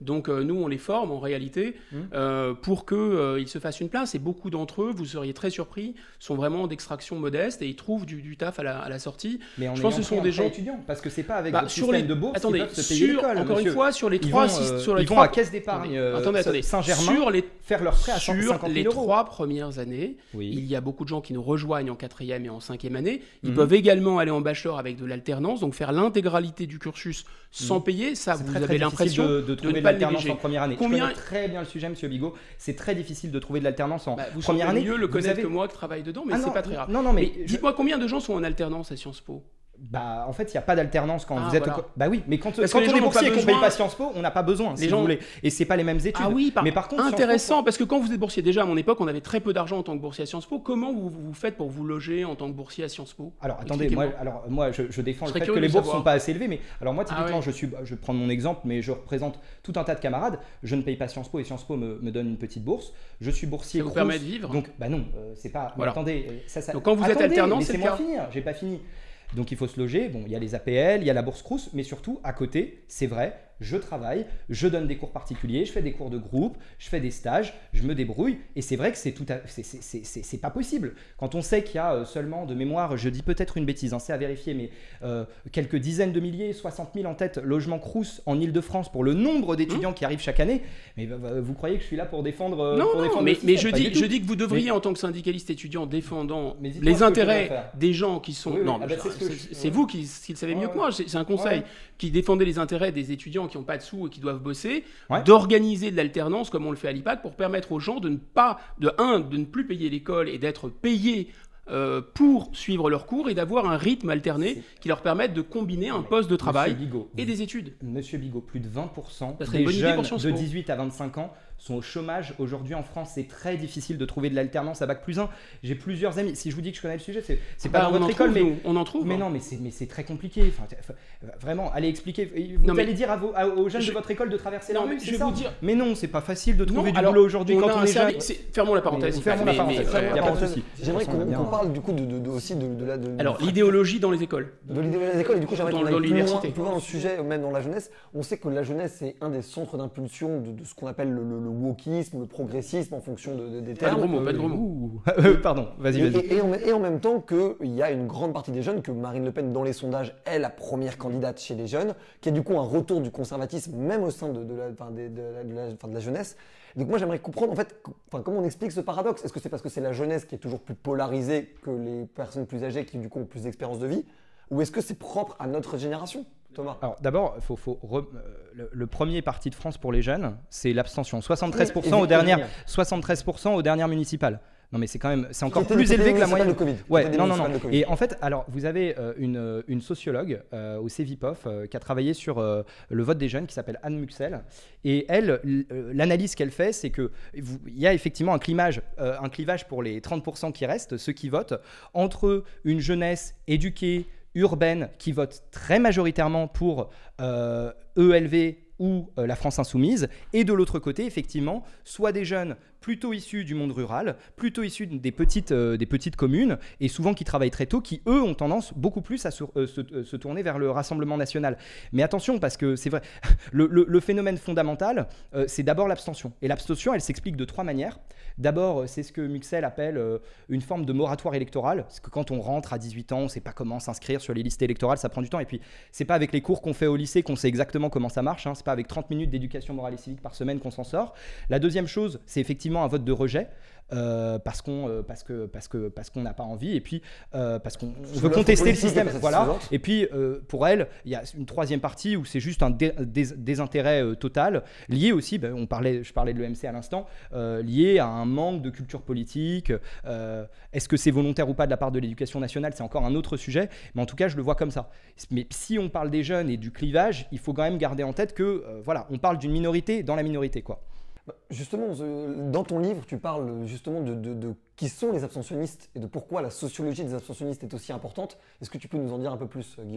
Donc euh, nous, on les forme en réalité mmh. euh, pour qu'ils euh, se fassent une place. Et beaucoup d'entre eux, vous seriez très surpris, sont vraiment d'extraction modeste et ils trouvent du, du taf à la, à la sortie. Mais en je pense que ce sont des gens étudiants, parce que c'est pas avec bah, votre système les... de bourse attendez, qu'ils peuvent se payer sur, l'école. Encore monsieur. une fois, sur les ils trois, vont, euh, sur les ils trois... vont à Caisse d'épargne euh, attendez, attendez. Saint-Germain sur les... faire leurs prêts à cent cinquante mille euros. Sur les trois premières années, oui. il y a beaucoup de gens qui nous rejoignent en quatrième et en cinquième année. Ils mmh. peuvent également aller en bachelor avec de l'alternance, donc faire l'intégralité du cursus sans mmh. payer. Ça, vous très, avez l'impression de, de trouver de, de l'alternance en première année. Combien... Je connais très bien le sujet, Monsieur Bigot. C'est très difficile de trouver de l'alternance en bah, vous première année. Vous mieux le connaître avez... que moi qui travaille dedans, mais ah c'est non, pas très grave. Non, non, mais, mais je... dites-moi combien de gens sont en alternance à Sciences Po? Bah, en fait, il n'y a pas d'alternance quand ah, vous êtes. Voilà. Au... Bah oui, mais quand, quand on est boursier et qu'on ne paye pas Sciences Po, on n'a pas besoin, si gens... vous voulez. Et c'est pas les mêmes études. Ah oui, par... mais par contre, intéressant, Po, parce que quand vous êtes boursier, déjà à mon époque, on avait très peu d'argent en tant que boursier à Sciences Po. Comment vous, vous faites pour vous loger en tant que boursier à Sciences Po? Alors attendez, moi, alors, moi je, je défends je le fait que les bourses ne sont pas assez élevées, mais alors moi typiquement, ah ouais. je, suis, je vais prendre mon exemple, mais je représente tout un tas de camarades. Je ne paye pas Sciences Po et Sciences Po me, me donne une petite bourse. Je suis boursier. Ça vous permet de vivre? Donc, bah non, euh, c'est pas. Voilà. Attendez, ça, ça... Donc quand vous attendez, êtes alternant, c'est le cas. Laissez-moi finir, j'ai pas fini. Donc il faut se loger, bon, il y a les A P L, il y a la bourse Crous, mais surtout à côté, c'est vrai, je travaille, je donne des cours particuliers, je fais des cours de groupe, je fais des stages, je me débrouille, et c'est vrai que c'est tout à... c'est, c'est, c'est, c'est, c'est pas possible. Quand on sait qu'il y a seulement, de mémoire, je dis peut-être une bêtise, hein, c'est à vérifier, mais euh, quelques dizaines de milliers, soixante mille en tête, logement Crous en Ile-de-France pour le nombre d'étudiants mmh. qui arrivent chaque année, mais euh, vous croyez que je suis là pour défendre Non, pour non, défendre mais, système, mais je, dis, je dis que vous devriez, mais... en tant que syndicaliste étudiant, défendant les intérêts des gens qui sont... Oui, oui, non, ah mais bah, c'est, c'est, c'est, c'est vous qui, qui le savez mieux ouais. que moi, c'est, c'est un conseil, ouais. qui défendait les intérêts des étudiants qui n'ont pas de sous et qui doivent bosser, ouais. d'organiser de l'alternance comme on le fait à l'I P A C pour permettre aux gens de ne pas, de un, de ne plus payer l'école et d'être payés euh, pour suivre leurs cours et d'avoir un rythme alterné c'est... qui leur permette de combiner un poste de travail Bigot, et des études. Monsieur Bigot, plus de vingt pour cent des jeunes de dix-huit à vingt-cinq ans sont au chômage. Aujourd'hui en France, c'est très difficile de trouver de l'alternance à bac plus un. J'ai plusieurs amis. Si je vous dis que je connais le sujet, c'est, c'est pas bah, dans votre école, trouve, mais nous. on en trouve. Mais hein. non, mais c'est, mais c'est très compliqué. Enfin, vraiment, allez expliquer. Vous non, allez mais... dire à vos, à, aux jeunes je... de votre école de traverser non, la rue, je c'est vais ça vous dire... Mais non, c'est pas facile de trouver non, du alors, boulot aujourd'hui quand on est jeune. Fermons la parenthèse. Fermons la parenthèse. Il n'y a pas de souci. J'aimerais qu'on parle du coup aussi de la. Alors l'idéologie dans les écoles. De l'idéologie dans les écoles. Et du coup, j'aimerais qu'on aille plus loin dans le sujet, même dans la jeunesse. On sait que la jeunesse c'est un des centres d'impulsion de ce qu'on appelle le wokisme, le progressisme en fonction de, de, des termes. Pas de gros mots, pas de gros mots. Euh, pardon, vas-y, et, vas-y. Et, et, en, et en même temps qu'il y a une grande partie des jeunes, que Marine Le Pen, dans les sondages, est la première candidate chez les jeunes, qui a du coup un retour du conservatisme, même au sein de, de, la, de, de, la, de, la, de la jeunesse. Donc moi, j'aimerais comprendre, en fait, comment on explique ce paradoxe. Est-ce que c'est parce que c'est la jeunesse qui est toujours plus polarisée que les personnes plus âgées qui, du coup, ont plus d'expérience de vie? Ou est-ce que c'est propre à notre génération, Thomas? Alors d'abord, faut, faut re... le, le premier parti de France pour les jeunes, c'est l'abstention. soixante-treize pour cent aux dernières, soixante-treize pour cent aux dernières municipales. Non mais c'est quand même, c'est encore plus élevé que la moyenne. Le Covid. Ouais, non non non. Et en fait, alors vous avez euh, une, une sociologue euh, au Cevipof euh, qui a travaillé sur euh, le vote des jeunes, qui s'appelle Anne Muxel. Et elle, l'analyse qu'elle fait, c'est que il y a effectivement un clivage, euh, un clivage pour les trente pour cent qui restent, ceux qui votent, entre une jeunesse éduquée, urbaine, qui vote très majoritairement pour euh, E L V ou euh, la France Insoumise, et de l'autre côté, effectivement, soit des jeunes plutôt issus du monde rural, plutôt issus des petites, euh, des petites communes, et souvent qui travaillent très tôt, qui, eux, ont tendance beaucoup plus à se, euh, se, euh, se tourner vers le Rassemblement national. Mais attention, parce que c'est vrai, le, le, le phénomène fondamental, euh, c'est d'abord l'abstention. Et l'abstention, elle s'explique de trois manières. D'abord, c'est ce que Muxel appelle euh, une forme de moratoire électoral, parce que quand on rentre à dix-huit ans, on ne sait pas comment s'inscrire sur les listes électorales, ça prend du temps, et puis c'est pas avec les cours qu'on fait au lycée qu'on sait exactement comment ça marche, hein, c'est pas avec trente minutes d'éducation morale et civique par semaine qu'on s'en sort. La deuxième chose, c'est effectivement un vote de rejet, euh, parce qu'on euh, parce que parce que parce qu'on n'a pas envie, et puis euh, parce qu'on on veut contester le système, voilà. Et puis euh, pour elle, il y a une troisième partie où c'est juste un dé, dé, désintérêt euh, total, lié aussi, ben, on parlait, je parlais de l'E M C à l'instant, euh, lié à un manque de culture politique. Euh, est-ce que c'est volontaire ou pas de la part de l'éducation nationale, c'est encore un autre sujet, mais en tout cas je le vois comme ça. Mais si on parle des jeunes et du clivage, il faut quand même garder en tête que euh, voilà, on parle d'une minorité dans la minorité, quoi. Justement, dans ton livre, tu parles justement de, de, de qui sont les abstentionnistes et de pourquoi la sociologie des abstentionnistes est aussi importante. Est-ce que tu peux nous en dire un peu plus, Guillaume ?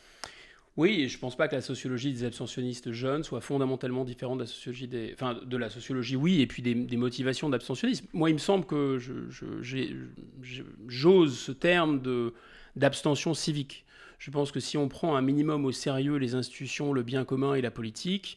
Oui, je ne pense pas que la sociologie des abstentionnistes jeunes soit fondamentalement différente de la sociologie des, enfin, de la sociologie, oui, et puis des, des motivations d'abstentionnisme. Moi, il me semble que je, je, j'ai, j'ose ce terme de, d'abstention civique. Je pense que si on prend un minimum au sérieux les institutions, le bien commun et la politique,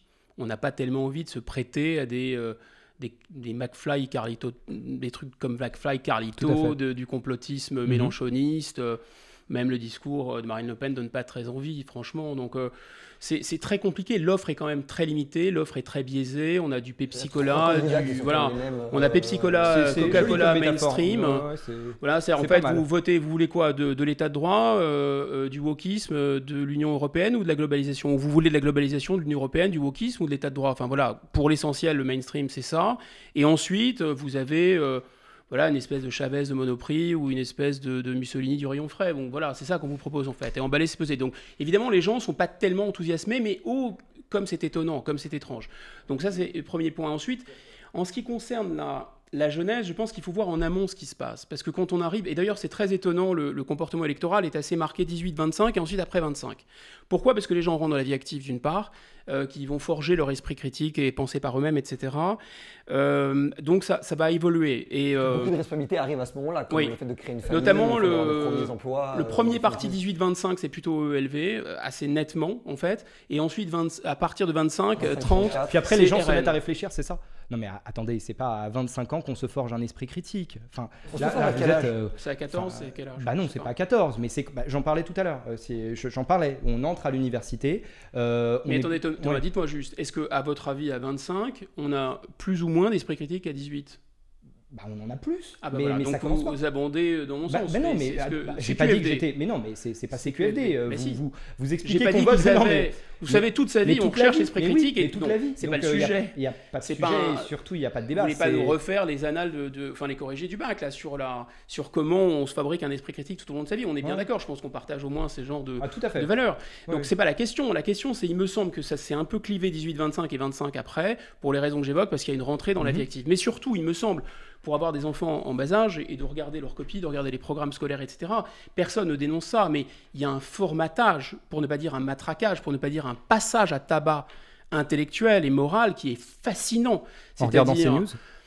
on n'a pas tellement envie de se prêter à des, euh, des, des McFly, Carlito, des trucs comme McFly, Carlito, de, du complotisme mm-hmm. mélenchoniste. Euh, même le discours de Marine Le Pen donne pas très envie, franchement. Donc, euh, c'est, c'est très compliqué. L'offre est quand même très limitée, l'offre est très biaisée. On a du Pepsi-Cola, du, voilà. Mêmes, euh, on a Pepsi-Cola, c'est, c'est Coca-Cola mainstream. Ouais, ouais, c'est, voilà, c'est, en fait, vous votez, vous voulez quoi, de, de l'état de droit, euh, euh, du wokisme, de l'Union européenne ou de la globalisation? Vous voulez de la globalisation, de l'Union européenne, du wokisme ou de l'état de droit? Enfin voilà, pour l'essentiel, le mainstream, c'est ça. Et ensuite, vous avez euh, voilà, une espèce de Chavez de Monoprix ou une espèce de, de Mussolini du rayon frais. Bon, voilà, c'est ça qu'on vous propose en fait. Et emballer, c'est peser. Donc, évidemment, les gens ne sont pas tellement enthousiasmés, mais oh, comme c'est étonnant, comme c'est étrange. Donc ça, c'est le premier point. Ensuite, en ce qui concerne la, la jeunesse, je pense qu'il faut voir en amont ce qui se passe. Parce que quand on arrive, et d'ailleurs, c'est très étonnant, le, le comportement électoral est assez marqué dix-huit vingt-cinq et ensuite après vingt-cinq. Pourquoi? Parce que les gens rentrent dans la vie active d'une part, euh, qui vont forger leur esprit critique et penser par eux-mêmes, et cetera. Euh, donc ça, ça va évoluer. Et, euh, beaucoup de responsabilités arrivent à ce moment-là, comme oui. le fait de créer une famille, notamment le, le, emplois, le euh, premier parti dix-huit vingt-cinq, c'est plutôt élevé, assez nettement en fait. Et ensuite, vingt, à partir de vingt-cinq, trente, puis après les gens se mettent à réfléchir, c'est ça? Non mais attendez, c'est pas à vingt-cinq ans qu'on se forge un esprit critique. Enfin, là, là, vous êtes, euh, c'est à quatorze, c'est quel âge? Bah non, c'est pas à quatorze, mais c'est, bah, j'en parlais tout à l'heure. C'est, j'en parlais. On entre à l'université. Euh, mais on attendez, est... Thomas, ouais. dites-moi juste, est-ce que à votre avis, à vingt-cinq, on a plus ou moins d'esprit critique qu'à dix-huit? Bah on en a plus, ah bah mais, voilà. mais donc ça commence pas. Vous abondez dans mon bah, sens. Bah non, mais, mais que, bah, j'ai pas dit que j'étais. Mais non, mais c'est, c'est pas C Q F D. Euh, mais vous, si. vous, vous expliquez j'ai pas qu'on dit vote. Vous, non, avez, mais, vous savez, toute sa vie, on cherche l'esprit critique oui, et toute non, la vie. c'est donc, pas le euh, sujet. Il n'y a, a pas de c'est sujet pas, et surtout il n'y a pas de débat. Vous voulez pas nous refaire les annales de, de, enfin les corrigés du bac là sur la, sur comment on se fabrique un esprit critique tout au long de sa vie. On est bien d'accord. Je pense qu'on partage au moins ces genres de, de valeurs. Donc c'est pas la question. La question, c'est, il me semble que ça s'est un peu clivé dix-huit vingt-cinq et vingt-cinq après pour les raisons que j'évoque, parce qu'il y a une rentrée dans la vie active. Mais surtout, il me semble, pour avoir des enfants en bas âge et de regarder leurs copies, de regarder les programmes scolaires, et cetera. Personne ne dénonce ça, mais il y a un formatage, pour ne pas dire un matraquage, pour ne pas dire un passage à tabac intellectuel et moral qui est fascinant. En regardant CNews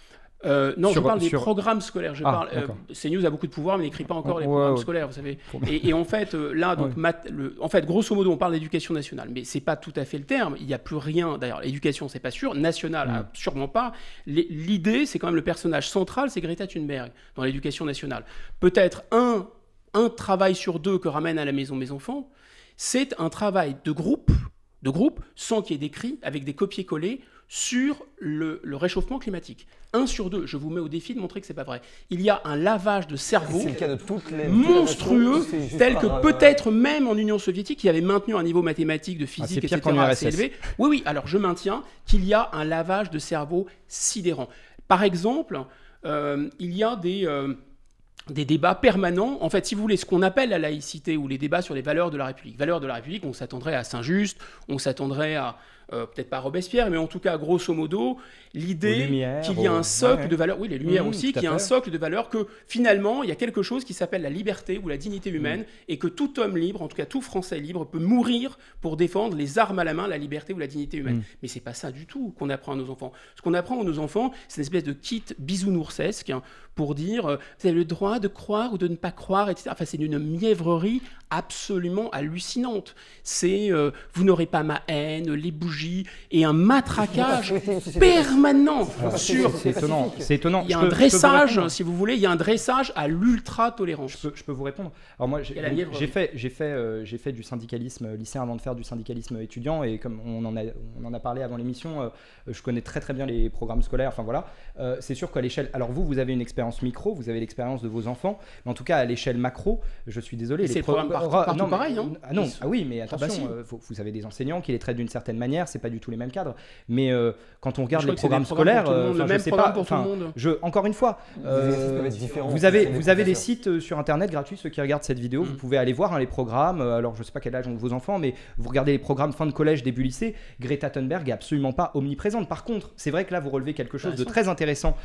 Euh, non, sur, je parle sur... des programmes scolaires. Je ah, parle, euh, CNews a beaucoup de pouvoir, mais n'écrit pas encore les programmes ouais, ouais. scolaires, vous savez. Et, et en fait, euh, là, donc, ouais. mat, le, en fait, grosso modo, on parle d'éducation nationale, mais c'est pas tout à fait le terme. Il n'y a plus rien. D'ailleurs, l'éducation, c'est pas sûr. Nationale, mmh. sûrement pas. L'idée, c'est quand même le personnage central, c'est Greta Thunberg dans l'éducation nationale. Peut-être un, un travail sur deux que ramènent à la maison mes enfants, c'est un travail de groupe, de groupe, sans qu'il y ait d'écrit, avec des copier-coller sur le, le réchauffement climatique. Un sur deux, je vous mets au défi de montrer que c'est pas vrai. Il y a un lavage de cerveau les, monstrueux, tel que peut-être même en Union soviétique, qui avait maintenu un niveau mathématique, de physique, ah, et cetera assez élevé. Oui, oui, alors je maintiens qu'il y a un lavage de cerveau sidérant. Par exemple, euh, il y a des... Euh, des débats permanents, en fait, si vous voulez, ce qu'on appelle la laïcité ou les débats sur les valeurs de la République. Valeurs de la République, on s'attendrait à Saint-Just, on s'attendrait à, euh, peut-être pas à Robespierre, mais en tout cas, grosso modo, l'idée qu'il y a un socle ouais. de valeurs, oui, les Lumières mmh, aussi, qu'il y a un socle de valeurs, que finalement, il y a quelque chose qui s'appelle la liberté ou la dignité humaine, mmh. et que tout homme libre, en tout cas tout Français libre, peut mourir pour défendre les armes à la main, la liberté ou la dignité humaine. Mmh. Mais c'est pas ça du tout qu'on apprend à nos enfants. Ce qu'on apprend à nos enfants, c'est une espèce de kit bisounoursesque, hein, pour dire euh, vous avez le droit de croire ou de ne pas croire, et cetera. Enfin, c'est une mièvrerie absolument hallucinante. C'est euh, vous n'aurez pas ma haine, les bougies, et un matraquage permanent sur. C'est étonnant. C'est étonnant. Il y a un dressage, si vous voulez, il y a un dressage à l'ultra-tolérance. Je peux, je peux vous répondre. Alors moi, j'ai, j'ai fait, j'ai fait, euh, j'ai fait du syndicalisme lycéen avant de faire du syndicalisme étudiant, et comme on en a, on en a parlé avant l'émission, euh, je connais très très bien les programmes scolaires. Enfin voilà, euh, c'est sûr qu'à l'échelle. Alors vous, vous avez une expérience micro, vous avez l'expérience de vos enfants, mais en tout cas à l'échelle macro, je suis désolé. C'est les programmes pro- partout, partout non, pareil. Hein. Ah non, ah oui, mais attention, ah bah si. euh, faut, vous avez des enseignants qui les traitent d'une certaine manière, c'est pas du tout les mêmes cadres. Mais euh, quand on regarde les programmes scolaires, euh, le même je sais programme pas, pour tout le monde. Je, encore une fois, euh, vous avez, vous avez des sites sur internet gratuits, ceux qui regardent cette vidéo, mmh. vous pouvez aller voir hein, les programmes. Alors je sais pas quel âge ont vos enfants, mais vous regardez les programmes fin de collège, début lycée. Greta Thunberg est absolument pas omniprésente. Par contre, c'est vrai que là vous relevez quelque chose de très intéressant,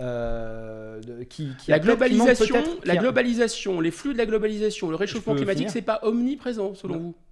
euh, de, qui, qui la globalisation, la globalisation, les flux de la globalisation, le réchauffement climatique, finir. C'est pas omniprésent selon non. vous?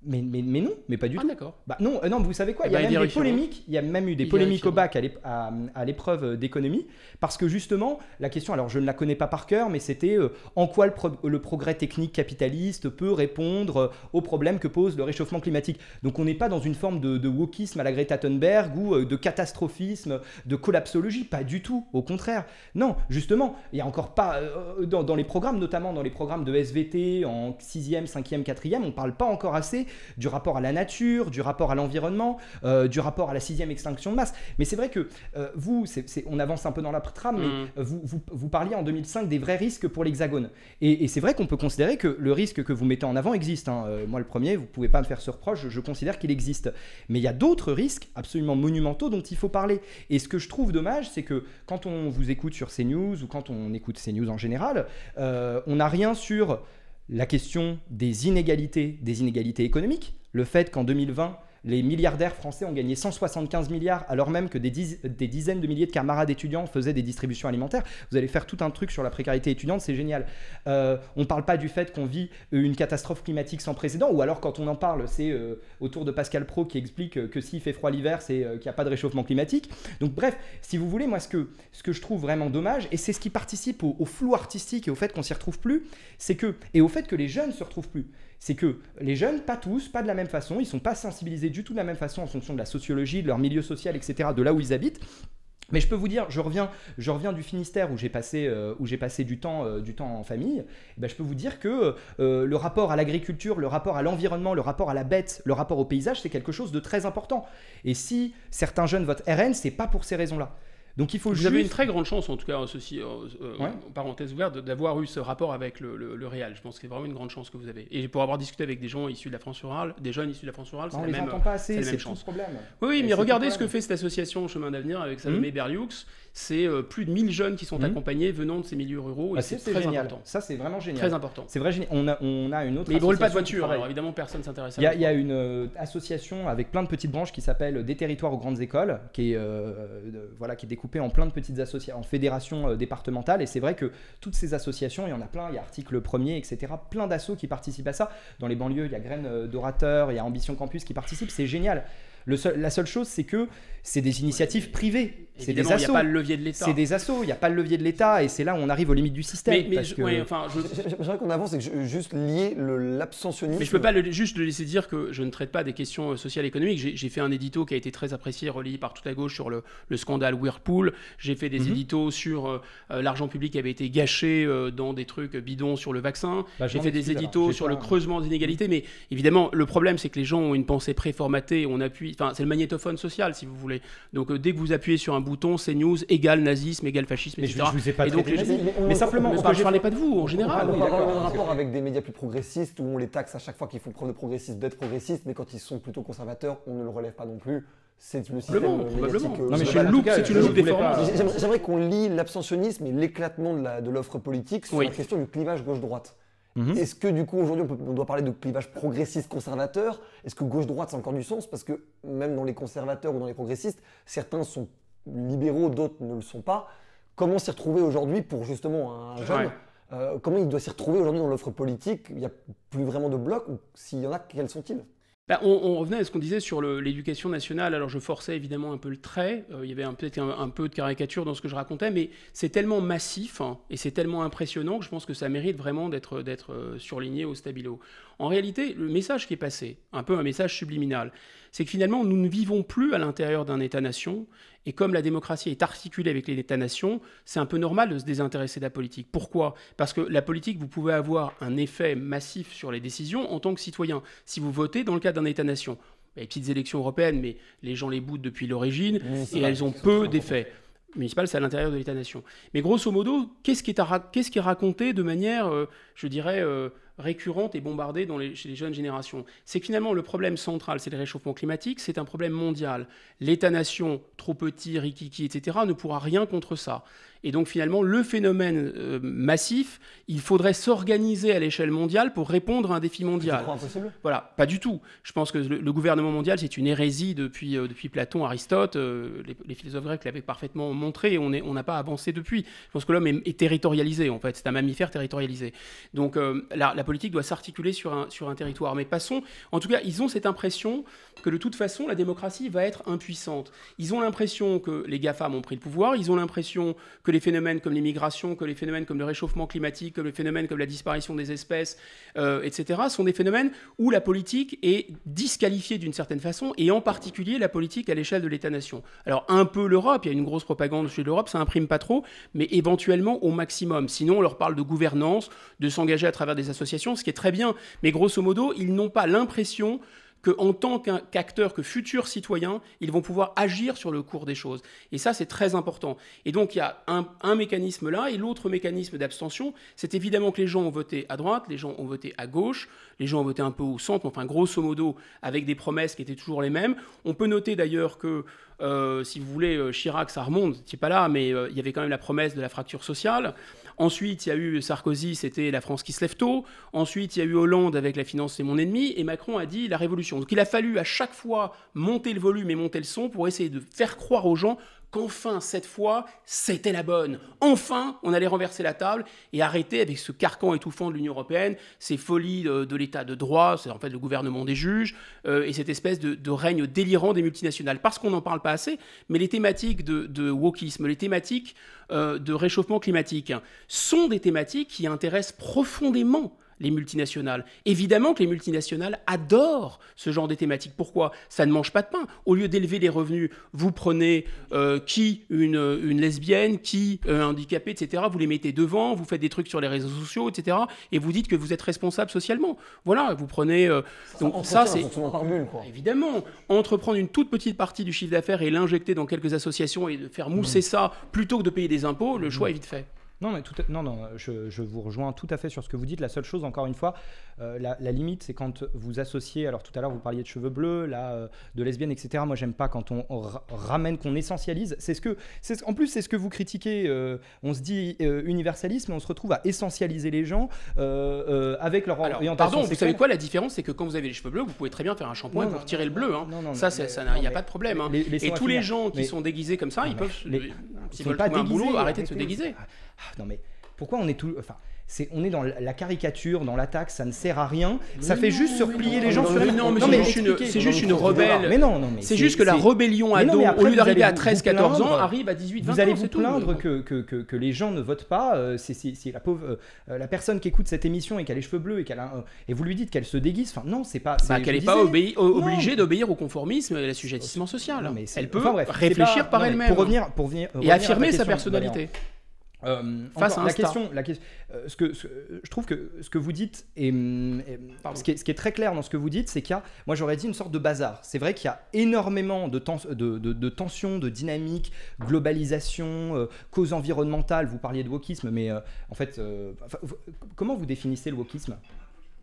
Mais, mais, mais non, mais pas du ah, tout. d'accord. Bah non, euh, non, vous savez quoi, il y a bah, même des polémiques, il y a même eu des il polémiques au bac à, l'ép- à, à l'épreuve d'économie, parce que justement, la question, alors je ne la connais pas par cœur, mais c'était euh, en quoi le, pro- le progrès technique capitaliste peut répondre euh, aux problèmes que pose le réchauffement climatique. Donc on n'est pas dans une forme de, de wokisme à la Greta Thunberg ou euh, de catastrophisme, de collapsologie, pas du tout, au contraire. Non, justement, il n'y a encore pas, euh, dans, dans les programmes, notamment dans les programmes de S V T en sixième, cinquième, quatrième, on ne parle pas encore assez du rapport à la nature, du rapport à l'environnement, euh, du rapport à la sixième extinction de masse. Mais c'est vrai que euh, vous, c'est, c'est, on avance un peu dans la trame, mais mmh. vous, vous, vous parliez en deux mille cinq des vrais risques pour l'Hexagone. Et, et c'est vrai qu'on peut considérer que le risque que vous mettez en avant existe. Hein. Euh, moi, le premier, vous ne pouvez pas me faire ce reproche, je, je considère qu'il existe. Mais il y a d'autres risques absolument monumentaux dont il faut parler. Et ce que je trouve dommage, c'est que quand on vous écoute sur CNews ou quand on écoute CNews en général, euh, on n'a rien sur la question des inégalités, des inégalités économiques, le fait qu'en deux mille vingt, les milliardaires français ont gagné cent soixante-quinze milliards alors même que des, diz- des dizaines de milliers de camarades étudiants faisaient des distributions alimentaires. Vous allez faire tout un truc sur la précarité étudiante, c'est génial. Euh, on ne parle pas du fait qu'on vit une catastrophe climatique sans précédent, ou alors quand on en parle, c'est euh, autour de Pascal Praud qui explique que s'il fait froid l'hiver, c'est euh, qu'il n'y a pas de réchauffement climatique. Donc bref, si vous voulez, moi ce que, ce que je trouve vraiment dommage, et c'est ce qui participe au, au flou artistique et au fait qu'on s'y retrouve plus, c'est que, et au fait que les jeunes se retrouvent plus, c'est que les jeunes, pas tous, pas de la même façon, ils ne sont pas sensibilisés du tout de la même façon en fonction de la sociologie, de leur milieu social, et cetera, de là où ils habitent. Mais je peux vous dire, je reviens, je reviens du Finistère où j'ai passé, euh, où j'ai passé du, temps, euh, du temps en famille, et ben je peux vous dire que euh, le rapport à l'agriculture, le rapport à l'environnement, le rapport à la bête, le rapport au paysage, c'est quelque chose de très important. Et si certains jeunes votent R N, c'est pas pour ces raisons-là. Donc il faut Vous juste... avez une très grande chance, en tout cas, ceci, euh, euh, Ouais. en parenthèse ouverte, d'avoir eu ce rapport avec le, le, le réel. Je pense que c'est vraiment une grande chance que vous avez. Et pour avoir discuté avec des gens issus de la France rurale, des jeunes issus de la France rurale, c'est on la les même, entend pas assez, c'est la c'est même tout chance. le problème. Oui, oui, Et mais c'est regardez tout ce le que fait cette association Chemin d'Avenir avec Salomé Mmh. Berlioux. C'est euh, plus de mille jeunes qui sont Mmh. accompagnés venant de ces milieux ruraux. Ah, Et c'est, c'est c'est très génial. important. Ça, c'est vraiment génial. Très important. C'est vrai, génial. On a, on a une autre Mais ils ne brûlent pas de association qui voiture. travaille. Alors évidemment, personne ne s'intéresse à Il y, a, ça. il y a une euh, association avec plein de petites branches qui s'appelle Des territoires aux grandes écoles, qui est, euh, de- voilà, qui est découpée en plein de petites associations, en fédérations euh, départementales. Et c'est vrai que toutes ces associations, il y en a plein, il y a Article Premier, et cetera. Plein d'assos qui participent à ça. Dans les banlieues, il y a Graines euh, d'orateurs, il y a Ambition Campus qui participent. C'est génial. Le seul- la seule chose, c'est que c'est des initiatives privées. C'est des Évidemment, il n'y a assos. pas le levier de l'État. C'est des assos. Il n'y a pas le levier de l'État. Et c'est là où on arrive aux limites du système. Mais, mais parce je- que... ouais, enfin, je- J'aimerais qu'on avance et que je- juste lier le- l'abstentionnisme. Mais je peux pas le- juste le laisser dire que je ne traite pas des questions euh, sociales et économiques. J'ai j'ai fait un édito qui a été très apprécié, relayé par toute la gauche sur le, le scandale Whirlpool. J'ai fait des Mhm. éditos sur euh, euh, l'argent public qui avait été gâché euh, dans des trucs bidons sur le vaccin. Bah, J'ai j'en fait des excuse, alors. éditos J'ai sur pas- le creusement des inégalités. Mais évidemment, le problème, c'est que les gens ont une pensée préformatée. On appuie. Enfin, c'est le magnétophone social, si vous voulez. Donc, euh, dès que vous appuyez sur un bouton, CNews égale nazisme, égale fascisme, Mais et je, cetera. je vous ai pas Et donc, traité les- de nazi. on- Mais simplement, Mais ce je que j'ai parlais fait- pas de vous, en général. On oui, va d'accord, avoir un ok. rapport avec des médias plus progressistes où on les taxe à chaque fois qu'ils font preuve de progressisme, d'être progressistes, mais quand ils sont plutôt conservateurs, on ne le relève pas non plus. C'est le système Probablement, médiatique, probablement. euh, Non, mais C'est je- une en loupe, tout cas, c'est une je loupe voulais déformante. pas- J'ai- J'aimerais j'aimerais qu'on lie l'abstentionnisme et l'éclatement de la- de l'offre politique sur Oui. la question du clivage gauche-droite. Mhm. Est-ce que du coup aujourd'hui on, peut- on doit parler de clivage progressiste-conservateur? Est-ce que gauche-droite ça a encore du sens? Parce que même dans les conservateurs ou dans les progressistes, certains sont libéraux, d'autres ne le sont pas. Comment s'y retrouver aujourd'hui pour justement un jeune Ouais. euh, Comment il doit s'y retrouver aujourd'hui dans l'offre politique? Il n'y a plus vraiment de blocs, ou s'il y en a, quels sont-ils? Bah, on, on revenait à ce qu'on disait sur le- l'éducation nationale. Alors je forçais évidemment un peu le trait. Euh, il y avait un- peut-être un, un peu de caricature dans ce que je racontais, mais c'est tellement massif hein, et c'est tellement impressionnant que je pense que ça mérite vraiment d'être d'être euh, surligné au stabilo. En réalité, le message qui est passé, un peu un message subliminal, c'est que finalement nous ne vivons plus à l'intérieur d'un État-nation. Et comme la démocratie est articulée avec les États-nations, c'est un peu normal de se désintéresser de la politique. Pourquoi? Parce que la politique, vous pouvez avoir un effet massif sur les décisions en tant que citoyen. Si vous votez dans le cadre d'un État-nation, il y a les petites élections européennes, mais les gens les boutent depuis l'origine, et elles ont peu d'effets. Municipal, c'est à l'intérieur de l'État-nation. Mais grosso modo, qu'est-ce qui est, à ra- qu'est-ce qui est raconté de manière, euh, je dirais, euh, récurrente et bombardée dans les, chez les jeunes générations? C'est que finalement, le problème central, c'est le réchauffement climatique, c'est un problème mondial. L'État-nation, trop petit, rikiki, et cetera, ne pourra rien contre ça. Et donc finalement, le phénomène euh, massif, il faudrait s'organiser à l'échelle mondiale pour répondre à un défi mondial. Tu crois impossible ? Voilà, pas du tout. Je pense que le, le gouvernement mondial, c'est une hérésie depuis, euh, depuis Platon, Aristote, euh, les, les philosophes grecs l'avaient parfaitement montré, et on est, on n'a pas avancé depuis. Je pense que l'homme est, est territorialisé, en fait, c'est un mammifère territorialisé. Donc euh, la, la politique doit s'articuler sur un, sur un territoire. Mais passons, en tout cas, ils ont cette impression que de toute façon, la démocratie va être impuissante. Ils ont l'impression que les GAFAM ont pris le pouvoir, ils ont l'impression que les phénomènes comme l'immigration, que les phénomènes comme le réchauffement climatique, que les phénomènes comme la disparition des espèces, euh, et cetera, sont des phénomènes où la politique est disqualifiée d'une certaine façon, et en particulier la politique à l'échelle de l'État-nation. Alors un peu l'Europe, il y a une grosse propagande chez l'Europe, ça imprime pas trop, mais éventuellement au maximum. Sinon, on leur parle de gouvernance, de s'engager à travers des associations, ce qui est très bien, mais grosso modo, ils n'ont pas l'impression qu'en tant qu'acteurs, que futurs citoyens, ils vont pouvoir agir sur le cours des choses. Et ça, c'est très important. Et donc, il y a un, un mécanisme là, et l'autre mécanisme d'abstention, c'est évidemment que les gens ont voté à droite, les gens ont voté à gauche, les gens ont voté un peu au centre, enfin, grosso modo, avec des promesses qui étaient toujours les mêmes. On peut noter d'ailleurs que, euh, si vous voulez, Chirac, ça remonte, c'est pas là, mais euh, il y avait quand même la promesse de la fracture sociale. Ensuite, il y a eu Sarkozy, c'était la France qui se lève tôt. Ensuite, il y a eu Hollande avec la finance, c'est mon ennemi. Et Macron a dit la révolution. Donc il a fallu à chaque fois monter le volume et monter le son pour essayer de faire croire aux gens qu'enfin, cette fois, c'était la bonne. Enfin, on allait renverser la table et arrêter avec ce carcan étouffant de l'Union européenne, ces folies de, de l'état de droit, c'est en fait le gouvernement des juges, euh, et cette espèce de, de règne délirant des multinationales. Parce qu'on n'en parle pas assez, mais les thématiques de, de wokisme, les thématiques euh, de réchauffement climatique sont des thématiques qui intéressent profondément les multinationales. Évidemment que les multinationales adorent ce genre de thématiques. Pourquoi ? Ça ne mange pas de pain. Au lieu d'élever les revenus, vous prenez euh, qui une, une lesbienne, qui un euh, handicapé, et cetera. Vous les mettez devant, vous faites des trucs sur les réseaux sociaux, et cetera. Et vous dites que vous êtes responsable socialement. Voilà, vous prenez... Euh, donc ça, c'est... Évidemment, entreprendre une toute petite partie du chiffre d'affaires et l'injecter dans quelques associations et de faire mousser mmh. ça plutôt que de payer des impôts, le choix mmh. est vite fait. Non, mais tout à... non, non je, je vous rejoins tout à fait sur ce que vous dites. La seule chose, encore une fois, euh, la, la limite, c'est quand vous associez, alors tout à l'heure, vous parliez de cheveux bleus, là, euh, de lesbiennes, et cetera. Moi, j'aime pas quand on, on ramène, qu'on essentialise. C'est ce que, c'est, en plus, c'est ce que vous critiquez. Euh, on se dit euh, universalisme, mais on se retrouve à essentialiser les gens euh, euh, avec leur alors, orientation pardon, sexuelle. vous savez quoi, la différence, c'est que quand vous avez les cheveux bleus, vous pouvez très bien faire un shampoing pour retirer le bleu. Hein. Non, non, ça, il n'y a pas de problème. Hein. Les, les, et tous les gens qui mais, sont déguisés comme ça, ils peuvent, s'ils veulent trouver un boulot, arrêter de se déguiser. Ah, non, mais pourquoi on est tout... Enfin, c'est, on est dans la caricature, dans l'attaque, ça ne sert à rien. Ça mais fait non, juste se replier les gens sur les... Non, mais non, c'est juste une, c'est juste une rebelle. Mais non, non, mais c'est, c'est juste que la rébellion ado, au lieu d'arriver à treize quatorze ans, arrive à dix-huit vingt ans. Vous allez vous plaindre que, que, que, que les gens ne votent pas. Euh, c'est, c'est, c'est la pauvre... Euh, la personne qui écoute cette émission et qui a les cheveux bleus et, qu'elle a, euh, et vous lui dites qu'elle se déguise. Enfin, non, c'est pas... C'est, bah, qu'elle n'est pas obéi- obligée d'obéir au conformisme et à l'assujettissement social. Elle peut réfléchir par elle-même. Pour revenir... Et affirmer sa personnalité. Euh, Face encore, à la question, la question euh, ce que, ce, je trouve que ce que vous dites est, est, ce, qui est, ce qui est très clair dans ce que vous dites, c'est qu'il y a, moi j'aurais dit une sorte de bazar. C'est vrai qu'il y a énormément de, tens, de, de, de tensions, de dynamiques, globalisation, euh, causes environnementales. Vous parliez de wokisme, mais euh, en fait, euh, comment vous définissez le wokisme ? Pardon ?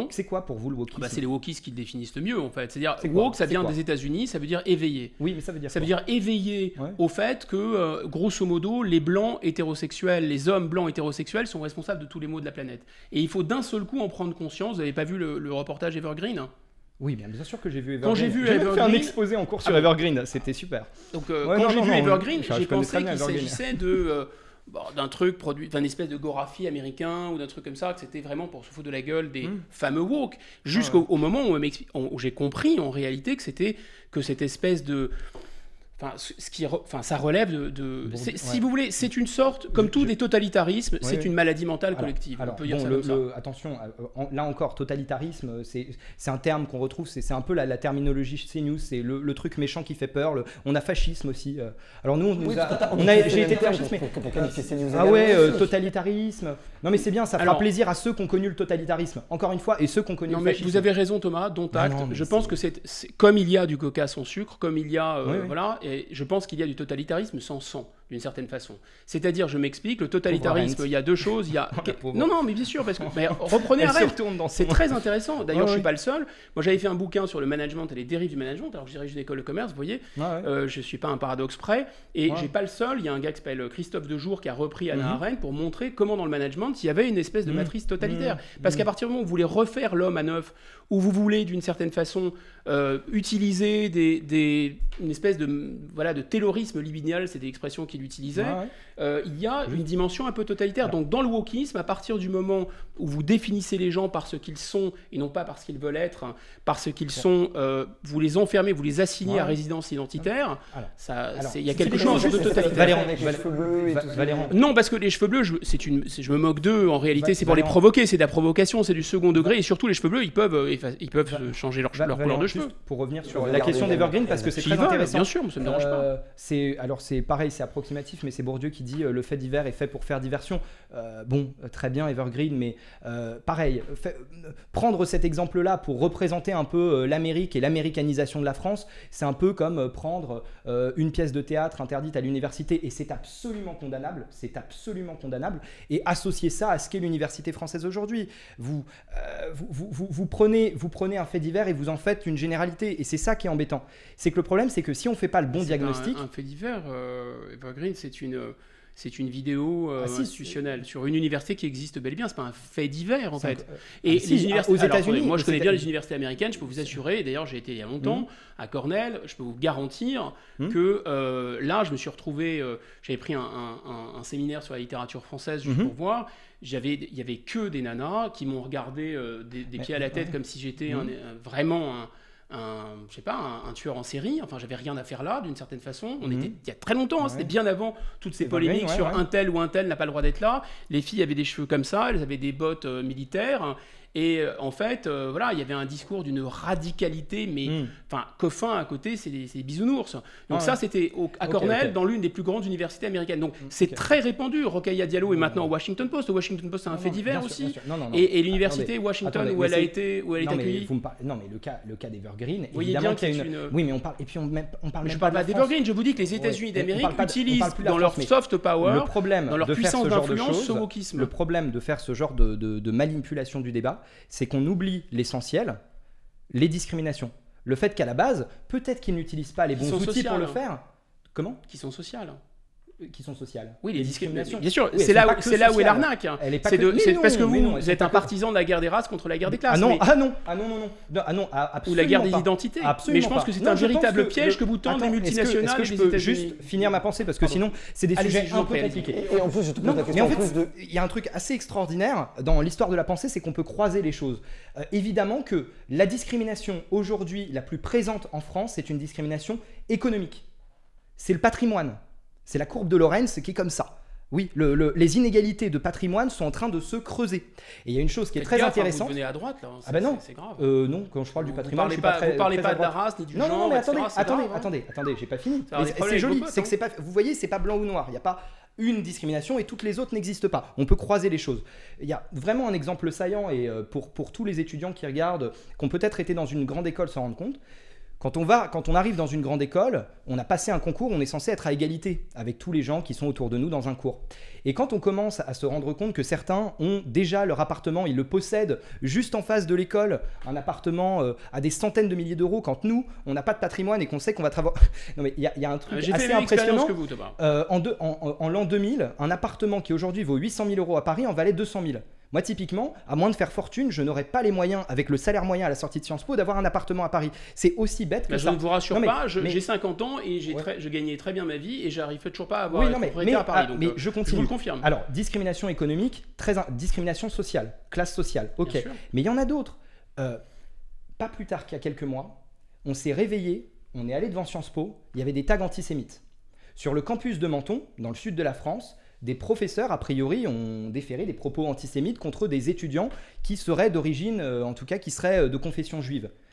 C'est quoi pour vous le wokisme ? Bah, c'est les wokistes qui le définissent le mieux en fait. C'est-à-dire, c'est woke, ça vient des États-Unis, ça veut dire éveillé. Oui, mais ça veut dire Ça quoi ? veut dire éveillé ouais. au fait que, euh, grosso modo, les blancs hétérosexuels, les hommes blancs hétérosexuels sont responsables de tous les maux de la planète. Et il faut d'un seul coup en prendre conscience. Vous n'avez pas vu le, le reportage Evergreen ? Oui, bien, bien sûr que j'ai vu Evergreen. Quand j'ai vu j'ai Evergreen, fait un exposé en cours sur ah, Evergreen, c'était super. Donc euh, ouais, quand non, j'ai non, vu non, Evergreen, j'ai pensé qu'il Evergreen. s'agissait de... Euh, Bon, d'un truc produit, d'un espèce de Gorafi américain ou d'un truc comme ça, que c'était vraiment pour se foutre de la gueule des mmh. fameux woke, jusqu'au ah ouais. au moment où, où j'ai compris en réalité que c'était que cette espèce de, enfin, ce qui, enfin, ça relève de, de bon, ouais. si vous voulez, c'est une sorte, comme tous les totalitarismes, oui, c'est oui. une maladie mentale alors, collective. Alors, on peut dire bon, ça le, comme ça. Le, attention, euh, là encore, totalitarisme, c'est, c'est un terme qu'on retrouve, c'est, c'est un peu la, la terminologie chez nous, c'est le, le truc méchant qui fait peur. Le, on a fascisme aussi. Euh, alors nous, on, oui, a, on a, j'ai été fasciste, mais ah ouais, euh, totalitarisme. Non mais c'est bien, ça fera alors, plaisir à ceux qui ont connu le totalitarisme. Encore une fois, et ceux qui ont connu non, le mais fascisme. Vous avez raison, Thomas. Dont acte. Non, je pense c'est... que c'est, c'est comme il y a du coca sans sucre, comme il y a euh, oui, oui. voilà, et je pense qu'il y a du totalitarisme sans sang. d'une certaine façon. C'est-à-dire, je m'explique, le totalitarisme, il y a deux choses. Il y a... non, non, mais bien sûr, parce que mais reprenez Arendt. C'est très intéressant. D'ailleurs, ouais, je ne suis ouais. pas le seul. Moi, j'avais fait un bouquin sur le management et les dérives du management. Alors, je dirige une école de commerce, vous voyez. Ouais, ouais. Euh, je ne suis pas un paradoxe près. Et ouais. je n'ai pas le seul. Il y a un gars qui s'appelle Christophe Dejour qui a repris Hannah mm-hmm. Arendt pour montrer comment, dans le management, il y avait une espèce de mm-hmm. matrice totalitaire. Mm-hmm. Parce qu'à partir du moment où vous voulez refaire l'homme à neuf, où vous voulez, d'une certaine façon, euh, utiliser des, des, une espèce de, voilà, de taylorisme libidinal, c'est des expressions qu'il utilisait, ouais, ouais. Euh, il y a une dimension un peu totalitaire. Donc dans le wokisme, à partir du moment où vous définissez les gens par ce qu'ils sont et non pas par ce qu'ils veulent être, hein, par ce qu'ils sont, euh, vous les enfermez, vous les assignez ouais. à résidence identitaire, il y a quelque chose de totalitaire. Valérant, les cheveux bleus et tout Valérant. Non, parce que les cheveux bleus, je, c'est une, c'est, je me moque d'eux, en réalité c'est pour les provoquer, c'est de la provocation, c'est du second degré, et surtout les cheveux bleus, ils peuvent, ils peuvent Va, changer leur, Va, leur couleur de cheveux. Pour revenir sur la question d'Evergreen, parce que c'est très intéressant. Bien sûr, ça ne me dérange pas. Alors c'est pareil, c'est approximatif, mais c'est Bourdieu qui dit le fait divers est fait pour faire diversion. Euh, bon, très bien Evergreen, mais euh, pareil, fait, euh, prendre cet exemple-là pour représenter un peu euh, l'Amérique et l'américanisation de la France, c'est un peu comme euh, prendre euh, une pièce de théâtre interdite à l'université, et c'est absolument condamnable, c'est absolument condamnable, et associer ça à ce qu'est l'université française aujourd'hui. Vous, euh, vous, vous, vous, vous, prenez, vous prenez un fait divers et vous en faites une généralité, et c'est ça qui est embêtant. C'est que le problème, c'est que si on ne fait pas le bon c'est diagnostic... Un, un fait divers, euh, Evergreen, c'est une... C'est une vidéo euh, ah, si, institutionnelle c'est... sur une université qui existe bel et bien. C'est pas un fait divers en c'est fait. Un... Et ah, si, les universités aux États-Unis, moi je connais bien les universités américaines. Je peux vous assurer. Et d'ailleurs, j'ai été il y a longtemps mmh. à Cornell. Je peux vous garantir mmh. que euh, là, je me suis retrouvé. Euh, j'avais pris un, un, un séminaire sur la littérature française juste mmh. pour voir. J'avais, il y avait que des nanas qui m'ont regardé euh, des, des pieds à la tête ouais. comme si j'étais mmh. un, un, vraiment un un, je sais pas, un, un tueur en série. Enfin, j'avais rien à faire là, d'une certaine façon. On mmh. était il y a très longtemps, hein, ouais. c'était bien avant toutes ces c'est polémiques ouais, sur ouais. un tel ou un tel n'a pas le droit d'être là. Les filles avaient des cheveux comme ça, elles avaient des bottes euh, militaires. Et euh, en fait, euh, voilà, il y avait un discours d'une radicalité, mais enfin, mmh. Coffin à côté, c'est des, c'est des bisounours. Donc ah, ça, ouais. c'était au, à Cornell, okay, okay. dans l'une des plus grandes universités américaines. Donc mmh, c'est okay. très répandu. Rokhaya Diallo est maintenant au Washington Post. Le Washington Post, c'est un non, fait non, divers aussi. Sûr, non, non, non. Et, et l'université attendez, Washington attendez, où elle a été, où elle est accueillie. Non, mais le cas, le cas d'Evergreen, vous voyez bien qu'il y a une. Oui, mais on parle. Et puis on, on parle. Je parle pas d'Evergreen. Je vous dis que les États-Unis d'Amérique utilisent dans leur soft power, dans leur puissance d'influence, ce wokisme. Le problème de faire ce genre de manipulation du débat, c'est qu'on oublie l'essentiel, les discriminations. Le fait qu'à la base, peut-être qu'ils n'utilisent pas les bons outils sociales, pour le faire. Comment ? Qui sont sociales. Qui sont sociales. Oui, les, les discriminations. Bien sûr, oui, c'est là, où, c'est là où est l'arnaque. Elle est pas c'est de, c'est non, parce que vous, non, vous êtes un partisan de la guerre des races contre la guerre des classes. Ah non, mais... ah non, ah non, non, non, ah non, absolument ou la guerre des pas. identités. Absolument mais je pense pas. que c'est non, un véritable que piège le... que vous tendent les multinationales. Est-ce que, est-ce que je peux juste finir ma pensée parce que Pardon. sinon c'est des Allez, sujets un peu compliqués. Et en plus, je te pose la question. Mais en fait, il y a un truc assez extraordinaire dans l'histoire de la pensée, c'est qu'on peut croiser les choses. Évidemment que la discrimination aujourd'hui la plus présente en France, c'est une discrimination économique. C'est le patrimoine. C'est la courbe de Lorenz qui est comme ça. Oui, le, le, les inégalités de patrimoine sont en train de se creuser. Et il y a une chose qui est très gaffe, intéressante. Vous venez à droite là. C'est, ah ben non, c'est, c'est grave. Euh, non, quand je parle du patrimoine, vous je suis pas, pas très. Vous parlez très pas de la race ni du non, genre. Non, non, mais attendez, et cetera, attendez, grave, attendez, hein. attendez, j'ai pas fini. Mais c'est joli, potes, c'est que c'est pas. Vous voyez, c'est pas blanc ou noir. Il y a pas une discrimination et toutes les autres n'existent pas. On peut croiser les choses. Il y a vraiment un exemple saillant et pour pour tous les étudiants qui regardent, qui ont peut-être été dans une grande école sans rendre compte. Quand on, va, quand on arrive dans une grande école, on a passé un concours, on est censé être à égalité avec tous les gens qui sont autour de nous dans un cours. Et quand on commence à se rendre compte que certains ont déjà leur appartement, ils le possèdent juste en face de l'école, un appartement euh, à des centaines de milliers d'euros, quand nous, on n'a pas de patrimoine et qu'on sait qu'on va travailler... Non mais il y, y a un truc J'ai assez fait impressionnant. Que vous, euh, en, de, en, en, en l'an deux mille, un appartement qui aujourd'hui vaut huit cent mille euros à Paris en valait deux cent mille. Moi, typiquement, à moins de faire fortune, je n'aurais pas les moyens, avec le salaire moyen à la sortie de Sciences Po, d'avoir un appartement à Paris. C'est aussi bête que bah, ça. Je ne vous rassure non, mais, pas, je, mais... j'ai cinquante ans et j'ai ouais. très, je gagnais très bien ma vie et j'arrive toujours pas à avoir oui, une non, mais, propriété mais, à Paris. ah, donc, mais euh, je continue. Je vous le confirme. Alors, discrimination économique, très in... discrimination sociale, classe sociale, ok. Mais il y en a d'autres. Euh, pas plus tard qu'il y a quelques mois, on s'est réveillé, on est allé devant Sciences Po, il y avait des tags antisémites. Sur le campus de Menton, dans le sud de la France, des professeurs, a priori, ont déféré des propos antisémites contre des étudiants qui seraient d'origine, euh, en tout cas, qui seraient de confession juive.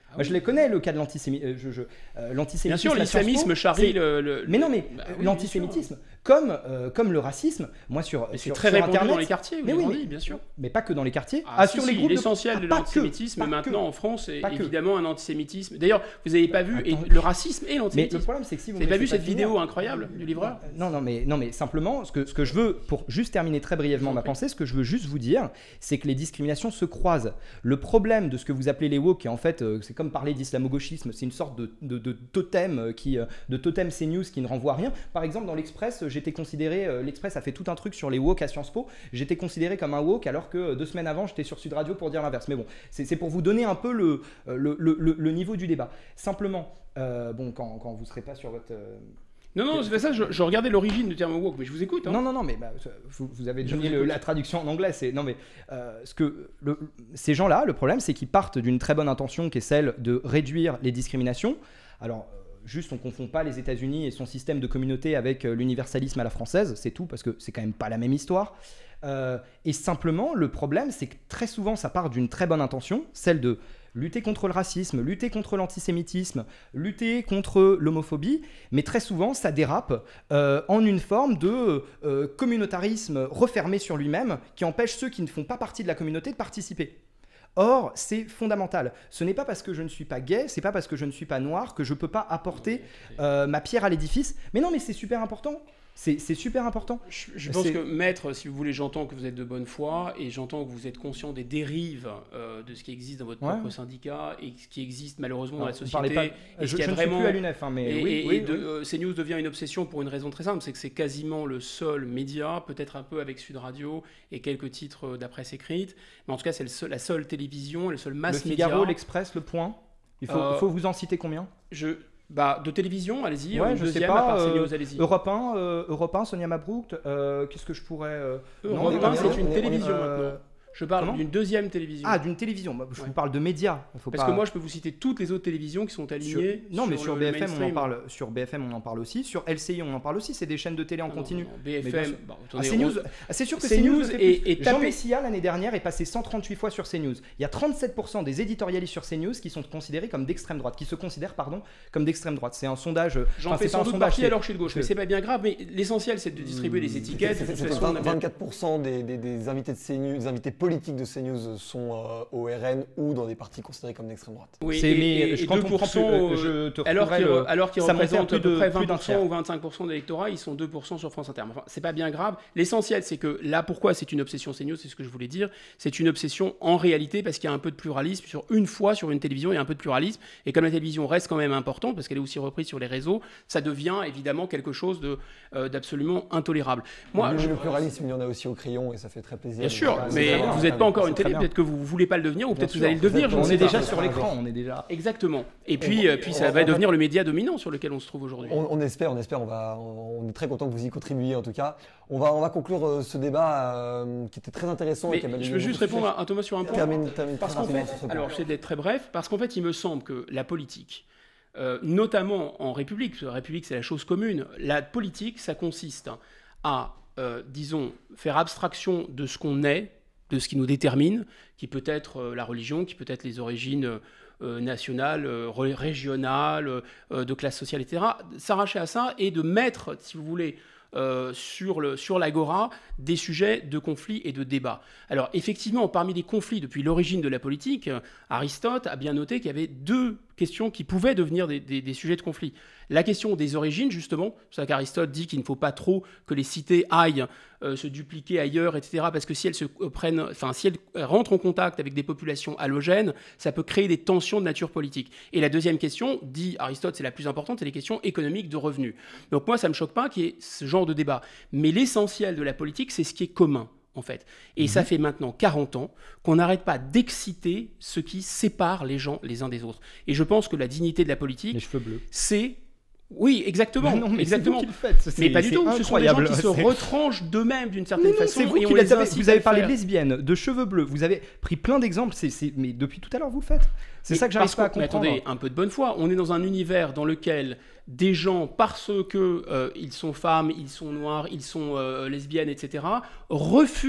Ah, Moi, oui. Je les connais, le cas de l'antisémitisme. Euh, je, euh, l'antisémitisme. Bien sûr, l'islamisme charrie le, le. Mais non, mais bah, euh, oui, l'antisémitisme, comme, euh, comme le racisme, moi sur. Mais sur c'est très sur répandu Internet, dans les quartiers, mais oui, mais, mais, bien sûr. Mais pas que dans les quartiers. Ah, ah si, sur si, les groupes. l'essentiel de, de... ah, de l'antisémitisme maintenant que. en France est pas évidemment que. un antisémitisme. D'ailleurs, vous n'avez pas vu et le racisme et l'antisémitisme. Mais le problème, c'est que si vous n'avez pas vu cette finir, vidéo incroyable du livreur. Non, non, mais non, mais simplement, ce que ce que je veux, pour juste terminer très brièvement ma pensée, ce que je veux juste vous dire, c'est que les discriminations se croisent. Le problème de ce que vous appelez les woke, qui en fait, euh, c'est comme parler d'islamo-gauchisme, c'est une sorte de, de, de totem qui, de totem CNews qui ne renvoie à rien. Par exemple, dans l'Express, j'étais considéré, euh, l'Express a fait tout un truc sur les woke à Sciences Po, j'étais considéré comme un woke alors que deux semaines avant, j'étais sur Sud Radio pour dire l'inverse. Mais bon, c'est, c'est pour vous donner un peu le, le, le, le, le niveau du débat. Simplement, euh, bon, quand, quand vous ne serez pas sur votre... Euh, Non, non, c'est pas ça, je, je regardais l'origine du terme woke, mais je vous écoute. Hein. Non, non, non, mais bah, vous, vous avez donné le, la traduction en anglais. C'est, non, mais euh, ce que, le, ces gens-là, le problème, c'est qu'ils partent d'une très bonne intention qui est celle de réduire les discriminations. Alors, euh, juste, on ne confond pas les États-Unis et son système de communauté avec euh, l'universalisme à la française, c'est tout, parce que c'est quand même pas la même histoire. Euh, et simplement, le problème, c'est que très souvent, ça part d'une très bonne intention, celle de lutter contre le racisme, lutter contre l'antisémitisme, lutter contre l'homophobie, mais très souvent ça dérape euh, en une forme de euh, communautarisme refermé sur lui-même qui empêche ceux qui ne font pas partie de la communauté de participer. Or, c'est fondamental. Ce n'est pas parce que je ne suis pas gay, c'est pas parce que je ne suis pas noir que je ne peux pas apporter euh, ma pierre à l'édifice. Mais non, mais c'est super important. C'est, c'est super important. Je, je pense c'est... que, maître, si vous voulez, j'entends que vous êtes de bonne foi et j'entends que vous êtes conscient des dérives euh, de ce qui existe dans votre ouais. propre syndicat et ce qui existe malheureusement non, dans la société. Pas... Et je ce qui je a ne vraiment... suis plus à l'U N E F, hein, mais et, oui, et, oui, et de, oui. euh, CNews devient une obsession pour une raison très simple, c'est que c'est quasiment le seul média, peut-être un peu avec Sud Radio et quelques titres de la presse écrite, mais en tout cas c'est le seul, la seule télévision, le seul mass média. Le Figaro, média. L'Express, Le Point. Il faut, euh, il faut vous en citer combien? Je... Bah, de télévision, allez-y. Ouais, une je deuxième, sais pas, à part CNews, euh, allez-y. Europe un, euh, Europe un, Sonia Mabrouk, euh, qu'est-ce que je pourrais... Euh... Europe un, c'est une télévision euh... maintenant. Je parle Comment d'une deuxième télévision. Ah, d'une télévision. Je ouais. vous parle de médias. Faut Parce pas... que moi, je peux vous citer toutes les autres télévisions qui sont alignées. Sur... Non, sur mais sur le, B F M, le on en parle. Sur B F M, on en parle aussi. Sur L C I, on en parle aussi. C'est des chaînes de télé en non, continu. Non, non, B F M. Bah, ah, CNews. Ah, c'est sûr que CNews CNews et, et Jean tapé... Messia l'année dernière est passé cent trente-huit fois sur CNews. Il y a trente-sept pour cent des éditorialistes sur CNews qui sont considérés comme d'extrême droite, qui se considèrent pardon comme d'extrême droite. C'est un sondage. J'en fais sans doute partie alors que je suis de gauche, mais c'est pas bien grave. Mais l'essentiel, c'est de distribuer les étiquettes. vingt-quatre pour cent des, des, des invités de CNews, des invités politiques de CNews sont euh, au R N ou dans des partis considérés comme d'extrême droite. Oui, c'est, et, mais et, je, et quand deux pour cent, on plus, euh, je te alors qu'ils le, alors qu'ils représentent à peu près vingt pour cent ou vingt-cinq pour cent de l'électorat, ils sont deux pour cent sur France Inter. Enfin, c'est pas bien grave. L'essentiel, c'est que là, pourquoi c'est une obsession CNews, c'est ce que je voulais dire. C'est une obsession en réalité parce qu'il y a un peu de pluralisme. Sur une fois, sur une télévision, il y a un peu de pluralisme. Et comme la télévision reste quand même importante, parce qu'elle est aussi reprise sur les réseaux, ça devient évidemment quelque chose de, euh, d'absolument intolérable. Moi, le, je... le pluralisme, il y en a aussi au crayon et ça fait très plaisir. Bien sûr, mais vous n'êtes pas encore une télé, peut-être que vous ne voulez pas le devenir ou peut-être que vous allez le devenir. On est déjà sur l'écran, on est déjà. Exactement. Et puis, euh, puis ça va devenir le média dominant sur lequel on se trouve aujourd'hui. On, on espère, on espère. On va, on est très content que vous y contribuiez en tout cas. On va, on va conclure euh, ce débat euh, qui était très intéressant. Mais et je veux juste répondre à, à Thomas sur un point. Termine, termine parce qu'en fait, alors j'essaie d'être très bref, parce qu'en fait, il me semble que la politique, euh, notamment en République, parce que la République c'est la chose commune. La politique, ça consiste à, euh, disons, faire abstraction de ce qu'on est, de ce qui nous détermine, qui peut être euh, la religion, qui peut être les origines euh, nationales, euh, régionales, euh, de classe sociale, et cetera. S'arracher à ça et de mettre, si vous voulez, euh, sur, le, sur l'agora des sujets de conflit et de débat. Alors effectivement, parmi les conflits depuis l'origine de la politique, Aristote a bien noté qu'il y avait deux questions qui pouvaient devenir des, des, des sujets de conflit. La question des origines, justement, c'est ça qu'Aristote dit qu'il ne faut pas trop que les cités aillent euh, se dupliquer ailleurs, et cetera, parce que si elles, se prennent, enfin, si elles rentrent en contact avec des populations allogènes, ça peut créer des tensions de nature politique. Et la deuxième question, dit Aristote, c'est la plus importante, c'est les questions économiques de revenus. Donc moi, ça ne me choque pas qu'il y ait ce genre de débat. Mais l'essentiel de la politique, c'est ce qui est commun, en fait. Et mmh. ça fait maintenant quarante ans qu'on n'arrête pas d'exciter ce qui sépare les gens les uns des autres. Et je pense que la dignité de la politique, les cheveux bleus, c'est... Oui, exactement. Non, mais exactement. C'est vous qui le faites. C'est, mais pas du tout. Incroyable. Ce sont des gens qui se retranchent d'eux-mêmes d'une certaine mais non, façon. C'est vous et qui on les avez, vous avez parlé de lesbiennes, de cheveux bleus. Vous avez pris plein d'exemples. C'est, c'est, mais depuis tout à l'heure, vous le faites. C'est mais ça que j'arrive pas à comprendre. Mais attendez, un peu de bonne foi. On est dans un univers dans lequel des gens, parce que euh, ils sont femmes, ils sont noirs, ils sont euh, lesbiennes, et cetera, refusent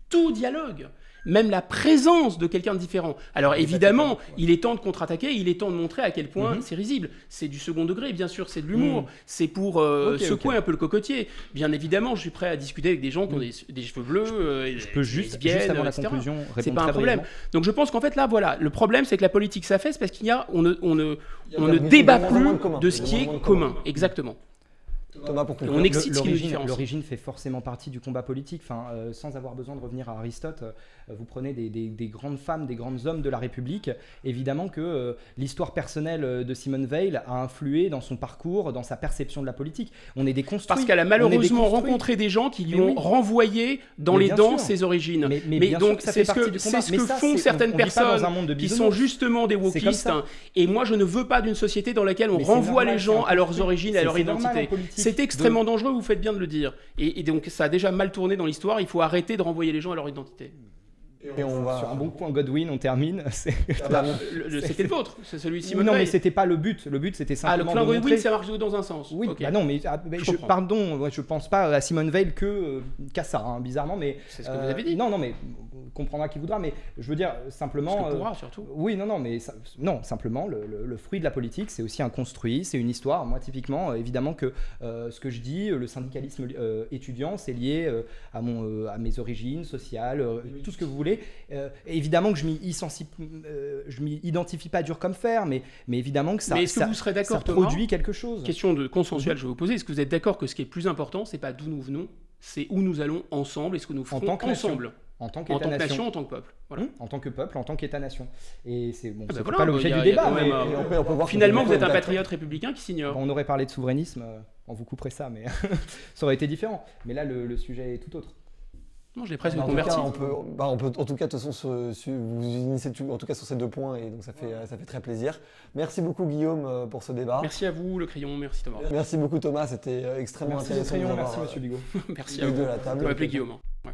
tout dialogue. Même la présence de quelqu'un de différent. Alors évidemment, il est temps de contre-attaquer, il est temps de montrer à quel point mm-hmm. c'est risible. C'est du second degré, bien sûr, c'est de l'humour. Mm. C'est pour euh, okay, secouer okay. un peu le cocotier. Bien évidemment, je suis prêt à discuter avec des gens qui ont des, des cheveux bleus, euh, je peux juste, juste avant la conclusion répondre. C'est pas un problème. Donc je pense qu'en fait là, voilà, le problème c'est que la politique s'affaisse parce qu'il y a, on ne, on ne, on ne débat plus de ce qui est commun. Exactement. Thomas, pour on excite ce qui nous différencie. L'origine fait forcément partie du combat politique. Enfin, euh, sans avoir besoin de revenir à Aristote, euh, vous prenez des, des, des grandes femmes, des grands hommes de la République. Évidemment que euh, l'histoire personnelle de Simone Veil a influé dans son parcours, dans sa perception de la politique. On est déconstruit. Parce qu'elle a malheureusement rencontré des gens qui lui mais ont oui. renvoyé dans mais les dents sûr. ses origines. Mais, mais, mais donc c'est ce que, c'est ce que ça, font certaines on, on personnes qui sont justement des wokistes. Hein, et moi, je ne veux pas d'une société dans laquelle on mais renvoie normal, les gens à leurs origines, à leur identité. C'est extrêmement de... dangereux, vous faites bien de le dire. Et, et donc ça a déjà mal tourné dans l'histoire, il faut arrêter de renvoyer les gens à leur identité. Et on va... Sur un bon point Godwin, on termine. C'était le vôtre, c'est celui de Simone Non, Veil. mais c'était pas le but. Le but, c'était simplement. Ah, le clan de Godwin, ça marche dans un sens. Oui, okay. bah non, mais, ah, mais je, je pardon, je pense pas à Simone Veil que euh, qu'à ça, hein, bizarrement. Mais c'est ce que euh, vous avez dit. Non, non, mais comprendra qui voudra. Mais je veux dire simplement. Ce que pourra, euh, surtout. Oui, non, non, mais ça, non, simplement le, le, le fruit de la politique, c'est aussi un construit, c'est une histoire. Moi, typiquement, euh, évidemment que euh, ce que je dis, le syndicalisme euh, étudiant, c'est lié euh, à mon, euh, à mes origines sociales, euh, oui. tout ce que vous voulez. Euh, Évidemment que je m'y euh, m'y identifie pas dur comme fer, mais, mais évidemment que ça, mais est-ce que ça, vous serez d'accord, ça produit quelque chose. Question de consensuelle, mm-hmm. je vais vous poser. Est-ce que vous êtes d'accord que ce qui est plus important, c'est pas d'où nous venons, c'est où nous allons ensemble et ce que nous ferons en tant ensemble en tant qu'État-nation, en tant que peuple. Voilà. Mmh, en tant que peuple, en tant qu'État-nation. Et c'est bon, ah bah voilà, pas l'objet du débat. Mais, mais on peut, on peut voir finalement, vous êtes un patriote républicain qui s'ignore. On aurait parlé de souverainisme, on vous couperait ça, mais ça aurait été différent. Mais là, le, le sujet est tout autre. Non, je l'ai presque en converti. Tout cas, on peut, bah on peut, en tout cas, de toute façon, sur, sur, vous initiez en tout cas sur ces deux points, et donc ça fait, ça fait très plaisir. Merci beaucoup Guillaume pour ce débat. Merci à vous, le crayon. Merci Thomas. Merci beaucoup Thomas, c'était extrêmement merci intéressant. Crayon, merci Monsieur Bigot. Merci à vous. De la table. On va m'appeler Guillaume. Ouais.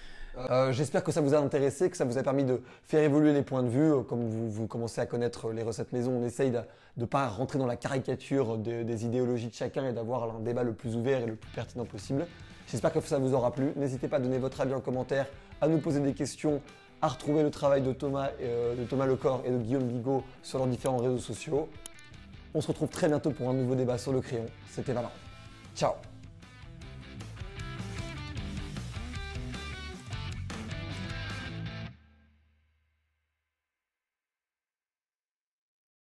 Euh, J'espère que ça vous a intéressé, que ça vous a permis de faire évoluer les points de vue. Comme vous, vous commencez à connaître les recettes maison, on essaye de ne pas rentrer dans la caricature de, des idéologies de chacun et d'avoir un débat le plus ouvert et le plus pertinent possible. J'espère que ça vous aura plu. N'hésitez pas à donner votre avis en commentaire, à nous poser des questions, à retrouver le travail de Thomas, euh, de Thomas Lecor et de Guillaume Bigot sur leurs différents réseaux sociaux. On se retrouve très bientôt pour un nouveau débat sur le crayon. C'était Valent. Ciao.